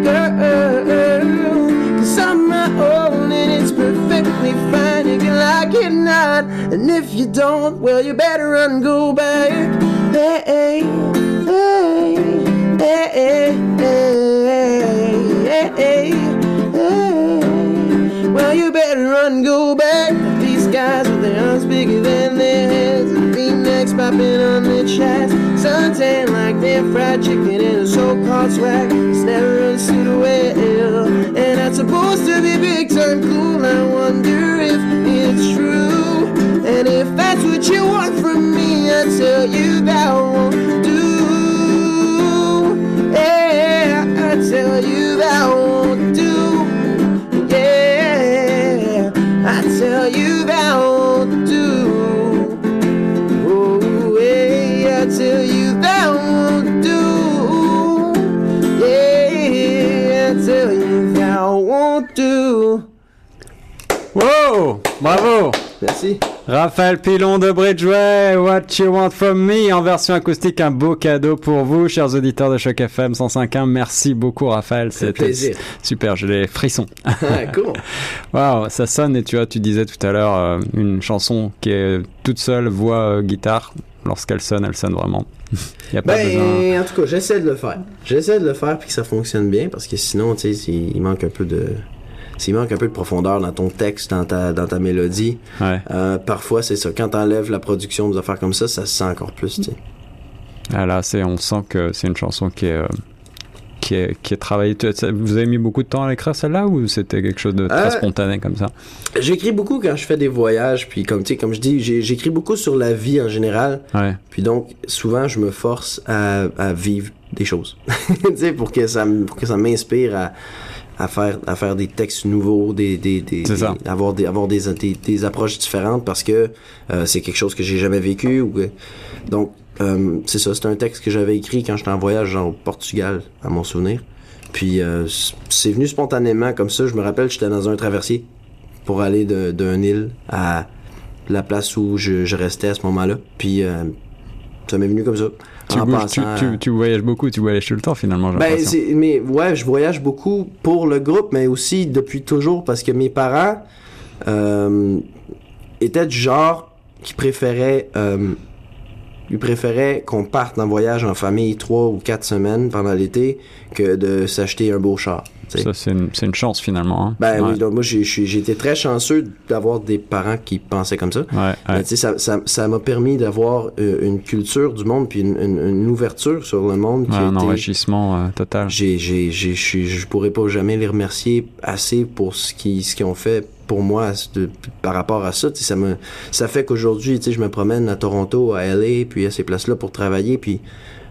girl. Cause I'm my own and it's perfectly fine if you like it not. And if you don't, well, you better run and go back. Hey, hey, hey, hey, hey, hey, hey. Well, you better run and go back. These guys with their arms bigger than their heads and V-necks popping on their chest, suntan like their fried chicken and a so-called swag. It's never understood well, and I'm supposed to be big time cool. I wonder if it's true, and if that's what you want from me, I tell you that won't do. Yeah, I tell you that won't do. Yeah, I tell you that won't do. Oh, yeah, I tell you that won't do. Yeah, I tell you that won't do. Wow! Bravo! Merci. Raphaël Pilon de Bridgeway, What You Want From Me, en version acoustique, un beau cadeau pour vous, chers auditeurs de Choc F M cent cinq point un. Merci beaucoup, Raphaël. C'est un plaisir. Super, j'ai les frissons. Ah, cool. Waouh, ça sonne, et tu vois, tu disais tout à l'heure, euh, une chanson qui est toute seule, voix, euh, guitare. Lorsqu'elle sonne, elle sonne vraiment. Y a pas ben, besoin... en tout cas, j'essaie de le faire. J'essaie de le faire puis que ça fonctionne bien, parce que sinon, tu sais, il manque un peu de... S'il manque un peu de profondeur dans ton texte, dans ta, dans ta mélodie, ouais. euh, parfois c'est ça. Quand t'enlèves la production des affaires comme ça, ça se sent encore plus, tu sais. Ah là, c'est, on sent que c'est une chanson qui est, euh, qui est, qui est travaillée. Vous avez mis beaucoup de temps à l'écrire celle-là, ou c'était quelque chose de très euh, spontané comme ça? J'écris beaucoup quand je fais des voyages, puis comme tu sais, comme je dis, j'ai, j'écris beaucoup sur la vie en général. Ouais. Puis donc, souvent, je me force à, à vivre des choses, tu sais, pour que ça, pour que ça m'inspire à à faire à faire des textes nouveaux, des des des, des avoir des avoir des, des des approches différentes, parce que euh, c'est quelque chose que j'ai jamais vécu, ou que, donc euh, c'est ça, c'est un texte que j'avais écrit quand j'étais en voyage genre au Portugal, à mon souvenir. Puis euh, c'est venu spontanément comme ça. Je me rappelle, j'étais dans un traversier pour aller de d'une île à la place où je, je restais à ce moment-là. Puis euh, ça m'est venu comme ça. Tu, bouges, tu, à... tu, tu voyages beaucoup, tu voyages tout le temps finalement. J'ai ben, c'est, mais ouais, je voyage beaucoup pour le groupe, mais aussi depuis toujours, parce que mes parents euh, étaient du genre qui préféraient, euh, ils préféraient qu'on parte en voyage en famille trois ou quatre semaines pendant l'été que de s'acheter un beau char. T'sais. Ça, c'est une, c'est une chance finalement. Hein? Ben ouais. oui, donc moi j'ai, j'ai été très chanceux d'avoir des parents qui pensaient comme ça. Ouais, ouais. Tu sais, ça, ça, ça m'a permis d'avoir euh, une culture du monde, puis une, une, une ouverture sur le monde. Qui ouais, a un été, enrichissement euh, total. J'ai, j'ai, j'ai, je, je pourrais pas jamais les remercier assez pour ce qu'ils, ce qu'ils ont fait pour moi de, par rapport à ça. Tu sais, ça me, ça fait qu'aujourd'hui, tu sais, je me promène à Toronto, à L A, puis à ces places-là pour travailler, puis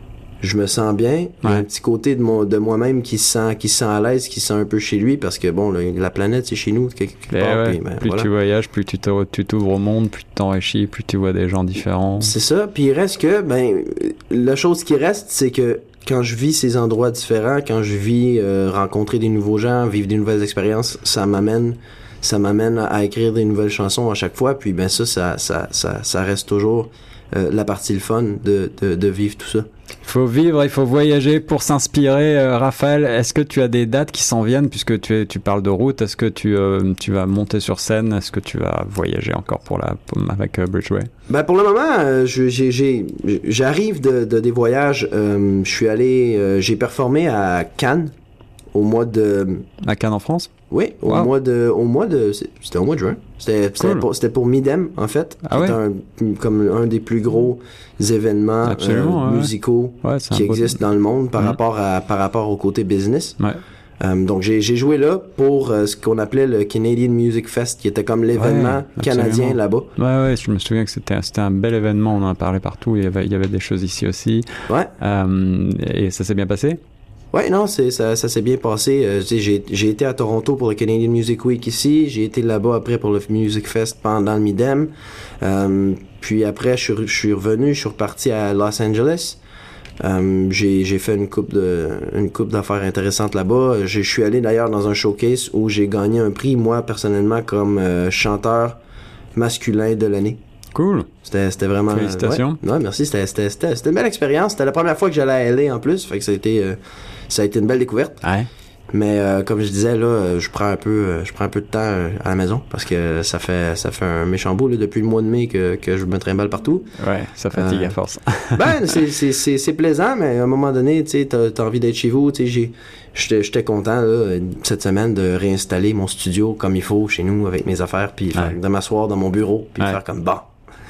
je me sens bien. Ouais. Il y a un petit côté de mon de moi-même qui se sent qui se sent à l'aise, qui se sent un peu chez lui, parce que bon, là, la planète c'est chez nous quelque part. Ouais, puis, ben, plus voilà. tu voyages, plus tu, tu t'ouvres au monde, plus tu t'enrichis, plus tu vois des gens différents. C'est ça. Puis il reste que ben la chose qui reste, c'est que quand je vis ces endroits différents, quand je vis euh, rencontrer des nouveaux gens, vivre des nouvelles expériences, ça m'amène ça m'amène à écrire des nouvelles chansons à chaque fois. Puis ben ça ça ça ça, ça reste toujours euh, la partie le fun de, de de vivre tout ça. Il faut vivre, il faut voyager pour s'inspirer. Euh, Raphaël, est-ce que tu as des dates qui s'en viennent, puisque tu, es, tu parles de route? Est-ce que tu, euh, tu vas monter sur scène? Est-ce que tu vas voyager encore pour la, pour, avec euh, Bridgeway? Ben pour le moment, euh, je, j'ai, j'ai, j'arrive de, de des voyages. Euh, je suis allé, euh, j'ai performé à Cannes au mois de. À Cannes en France? Oui, au wow. mois de, au mois de, c'était au mois de juin. C'était, c'était, cool. pour, c'était pour Midem en fait. Ah c'était ouais? un, comme un des plus gros événements euh, ouais. musicaux ouais, qui existent dans le monde par mmh. rapport à, par rapport au côté business. Ouais. Euh, donc j'ai, j'ai joué là pour euh, ce qu'on appelait le Canadian Music Fest, qui était comme l'événement ouais, canadien là-bas. Ouais, ouais, je me souviens que c'était, c'était un bel événement. On en a parlé partout. Il y avait, il y avait des choses ici aussi. Ouais. Euh, et ça s'est bien passé? Ouais, non, c'est ça, ça s'est bien passé. Euh, j'ai, j'ai été à Toronto pour le Canadian Music Week ici. J'ai été là-bas après pour le Music Fest pendant le Midem. Euh, puis après, je suis, je suis revenu, je suis reparti à Los Angeles. Euh, j'ai, j'ai fait une coupe de, une coupe d'affaires intéressantes là-bas. Je suis allé d'ailleurs dans un showcase où j'ai gagné un prix, moi, personnellement, comme euh, chanteur masculin de l'année. Cool. C'était, c'était vraiment... Félicitations. Ouais, ouais merci. C'était, c'était, c'était, c'était une belle expérience. C'était la première fois que j'allais à L A en plus. Fait que ça a été, euh, ça a été une belle découverte. Ouais. Mais euh, comme je disais là, je prends un peu, euh, je prends un peu de temps euh, à la maison parce que ça fait, ça fait un méchant bout là, depuis le mois de mai que que je me trimballe partout. Ouais, ça fatigue euh, à force. ben c'est c'est c'est c'est plaisant, mais à un moment donné, tu sais, t'as, t'as envie d'être chez vous, tu sais, j'ai, j'étais j'étais content là cette semaine de réinstaller mon studio comme il faut chez nous avec mes affaires, puis ouais. de m'asseoir dans mon bureau, puis ouais. faire comme bon.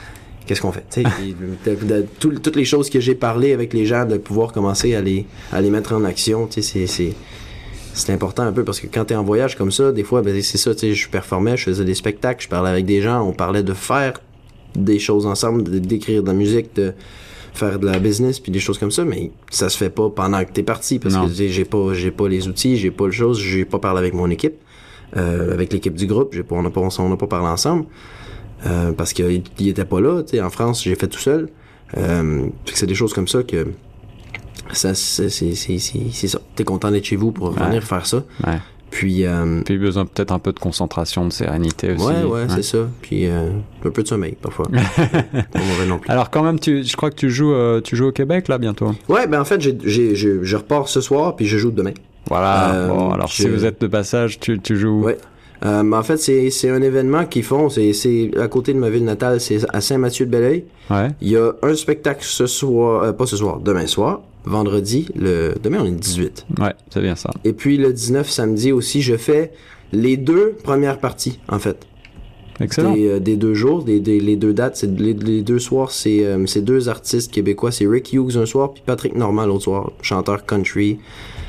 qu'est-ce qu'on fait? Tu sais, de, de, de, tout, toutes les choses que j'ai parlé avec les gens, de pouvoir commencer à les, à les mettre en action, tu sais, c'est, c'est, c'est important un peu parce que quand t'es en voyage comme ça, des fois, ben, c'est ça, tu sais, je performais, je faisais des spectacles, je parlais avec des gens, on parlait de faire des choses ensemble, de, d'écrire de la musique, de faire de la business puis des choses comme ça, mais ça se fait pas pendant que t'es parti parce non. que tu sais, j'ai pas, j'ai pas les outils, j'ai pas le chose, j'ai pas parlé avec mon équipe, euh, avec l'équipe du groupe, j'ai pas, on n'a pas, on n'a pas parlé ensemble. Euh, parce qu'il il était pas là, tu sais, en France, j'ai fait tout seul. Euh, c'est des choses comme ça que ça, c'est, c'est, c'est, c'est, c'est ça. T'es content d'être chez vous pour ouais. venir faire ça. Ouais. Puis, euh, puis besoin peut-être un peu de concentration, de sérénité aussi. Ouais, ouais, ouais. c'est ça. Puis euh, un peu de sommeil parfois. Pas mauvais non plus. Alors quand même, tu, je crois que tu joues, euh, tu joues au Québec là bientôt. Ouais, ben en fait, j'ai, j'ai, j'ai, je repars ce soir puis je joue demain. Voilà. Euh, bon, alors je... si vous êtes de passage, tu, tu joues. Ouais. Euh, en fait, c'est, c'est un événement qu'ils font, c'est, c'est à côté de ma ville natale, c'est à Saint-Mathieu-de-Belleuil. Ouais. Il y a un spectacle ce soir, euh, pas ce soir, demain soir, vendredi, le, demain on est le dix-huit. Ouais, c'est bien ça. Et puis le dix-neuf, samedi aussi, je fais les deux premières parties, en fait. Excellent. Des, euh, des deux jours, des, des, les deux dates, c'est, les, les deux soirs, c'est, euh, c'est deux artistes québécois, c'est Rick Hughes un soir, puis Patrick Normand l'autre soir, chanteur country,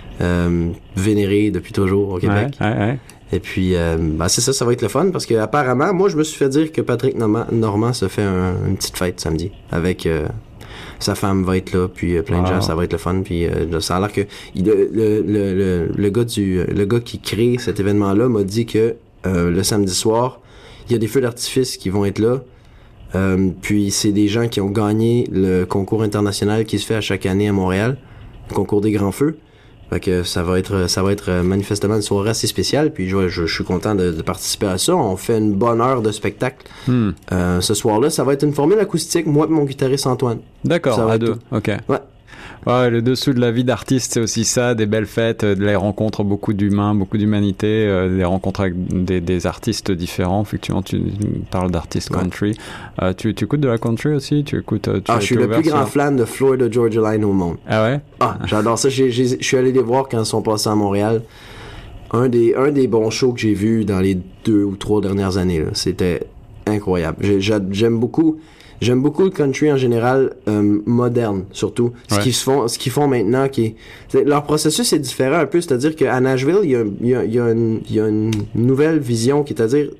euh, vénéré depuis toujours au Québec. Ouais, ouais, ouais. Et puis, euh, ben c'est ça, ça va être le fun parce que apparemment, moi, je me suis fait dire que Patrick Normand, Normand se fait un, une petite fête samedi avec euh, sa femme va être là, puis euh, plein wow. de gens, ça va être le fun. Puis euh, ça a l'air que il, le, le, le, le gars du, le gars qui crée cet événement-là m'a dit que euh, le samedi soir, il y a des feux d'artifice qui vont être là. Euh, puis c'est des gens qui ont gagné le concours international qui se fait à chaque année à Montréal, le concours des grands feux. Fait que ça va être ça va être manifestement une soirée assez spéciale, puis je, je, je suis content de, de participer à ça. On fait une bonne heure de spectacle. Hmm. Euh, ce soir-là, ça va être une formule acoustique, moi et mon guitariste Antoine. D'accord, à deux, tout. Ok. Ouais. Ouais, le dessous de la vie d'artiste, c'est aussi ça, des belles fêtes, de les rencontres, beaucoup d'humains, beaucoup d'humanité, euh, des rencontres avec des, des artistes différents. Effectivement, tu parles d'artistes ouais. country. Euh, tu, tu écoutes de la country aussi? Tu écoutes, tu ah, je suis le plus grand fan de Florida Georgia Line au monde. Ah ouais? Ah, j'adore ça. Je suis allé les voir quand ils sont passés à Montréal. Un des, un des bons shows que j'ai vus dans les deux ou trois dernières années, là. C'était incroyable. J'ai, j'aime beaucoup... J'aime beaucoup le country en général, euh, moderne surtout. Ce ouais. qu'ils font, ce qu'ils font maintenant, qui est, leur processus est différent un peu. C'est-à-dire qu'à Nashville, il y a, il y a, il y a, une, il y a une nouvelle vision, qui est à dire,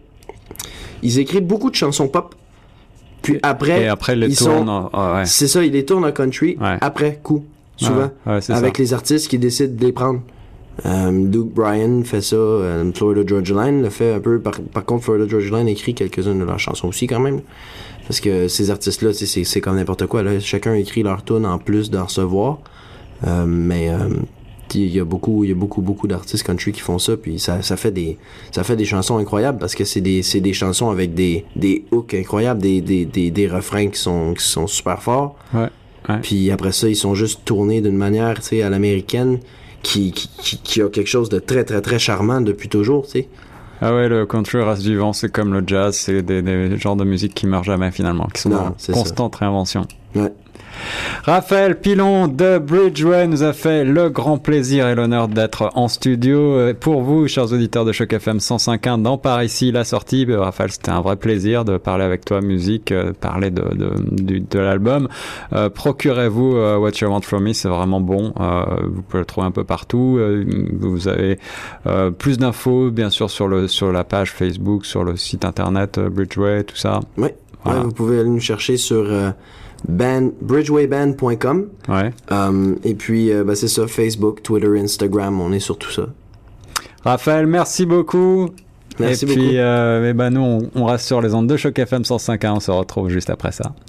ils écrivent beaucoup de chansons pop. Puis après, et après ils les ils tournent. sont, oh, ouais. c'est ça, ils les tournent en country ouais. après coup, souvent, ouais, ouais, avec ça. les artistes qui décident de les prendre. Euh, Luke Bryan fait ça, euh, Florida Georgia Line le fait un peu. Par, par contre, Florida Georgia Line écrit quelques-unes de leurs chansons aussi quand même. Parce que ces artistes-là, c'est, c'est, c'est comme n'importe quoi. Là. Chacun écrit leur tune en plus d'en recevoir. Euh, mais euh, il y a beaucoup, il y a beaucoup, beaucoup d'artistes country qui font ça. Puis ça, ça fait des, ça fait des chansons incroyables parce que c'est des, c'est des chansons avec des, des hooks incroyables, des, des, des, des refrains qui sont, qui sont super forts. Ouais, ouais. Puis après ça, ils sont juste tournés d'une manière, tu sais, à l'américaine, qui, qui, qui, qui a quelque chose de très, très, très charmant depuis toujours, tu sais. Ah ouais, le country reste vivant, c'est comme le jazz, c'est des, des genres de musique qui meurent jamais finalement, qui sont non, en constante ça. réinvention. Ouais. Raphaël Pilon de Bridgeway nous a fait le grand plaisir et l'honneur d'être en studio pour vous, chers auditeurs de Choc F M cent cinq point un dans Par ici, la sortie. Raphaël, c'était un vrai plaisir de parler avec toi musique, de parler de, de, de, de l'album. Euh, procurez-vous uh, What You Want From Me, c'est vraiment bon. Euh, vous pouvez le trouver un peu partout. Euh, vous avez euh, plus d'infos, bien sûr, sur, le, sur la page Facebook, sur le site internet uh, Bridgeway, tout ça. Oui, voilà. Ouais, vous pouvez aller nous chercher sur... Euh... Band, bridgeway band point com. Ouais. Um, et puis, euh, bah, c'est ça, Facebook, Twitter, Instagram, on est sur tout ça. Raphaël, merci beaucoup. Merci et beaucoup. Et puis, euh, eh ben, nous, on, on reste sur les ondes de Choc F M cent cinq point un. On se retrouve juste après ça.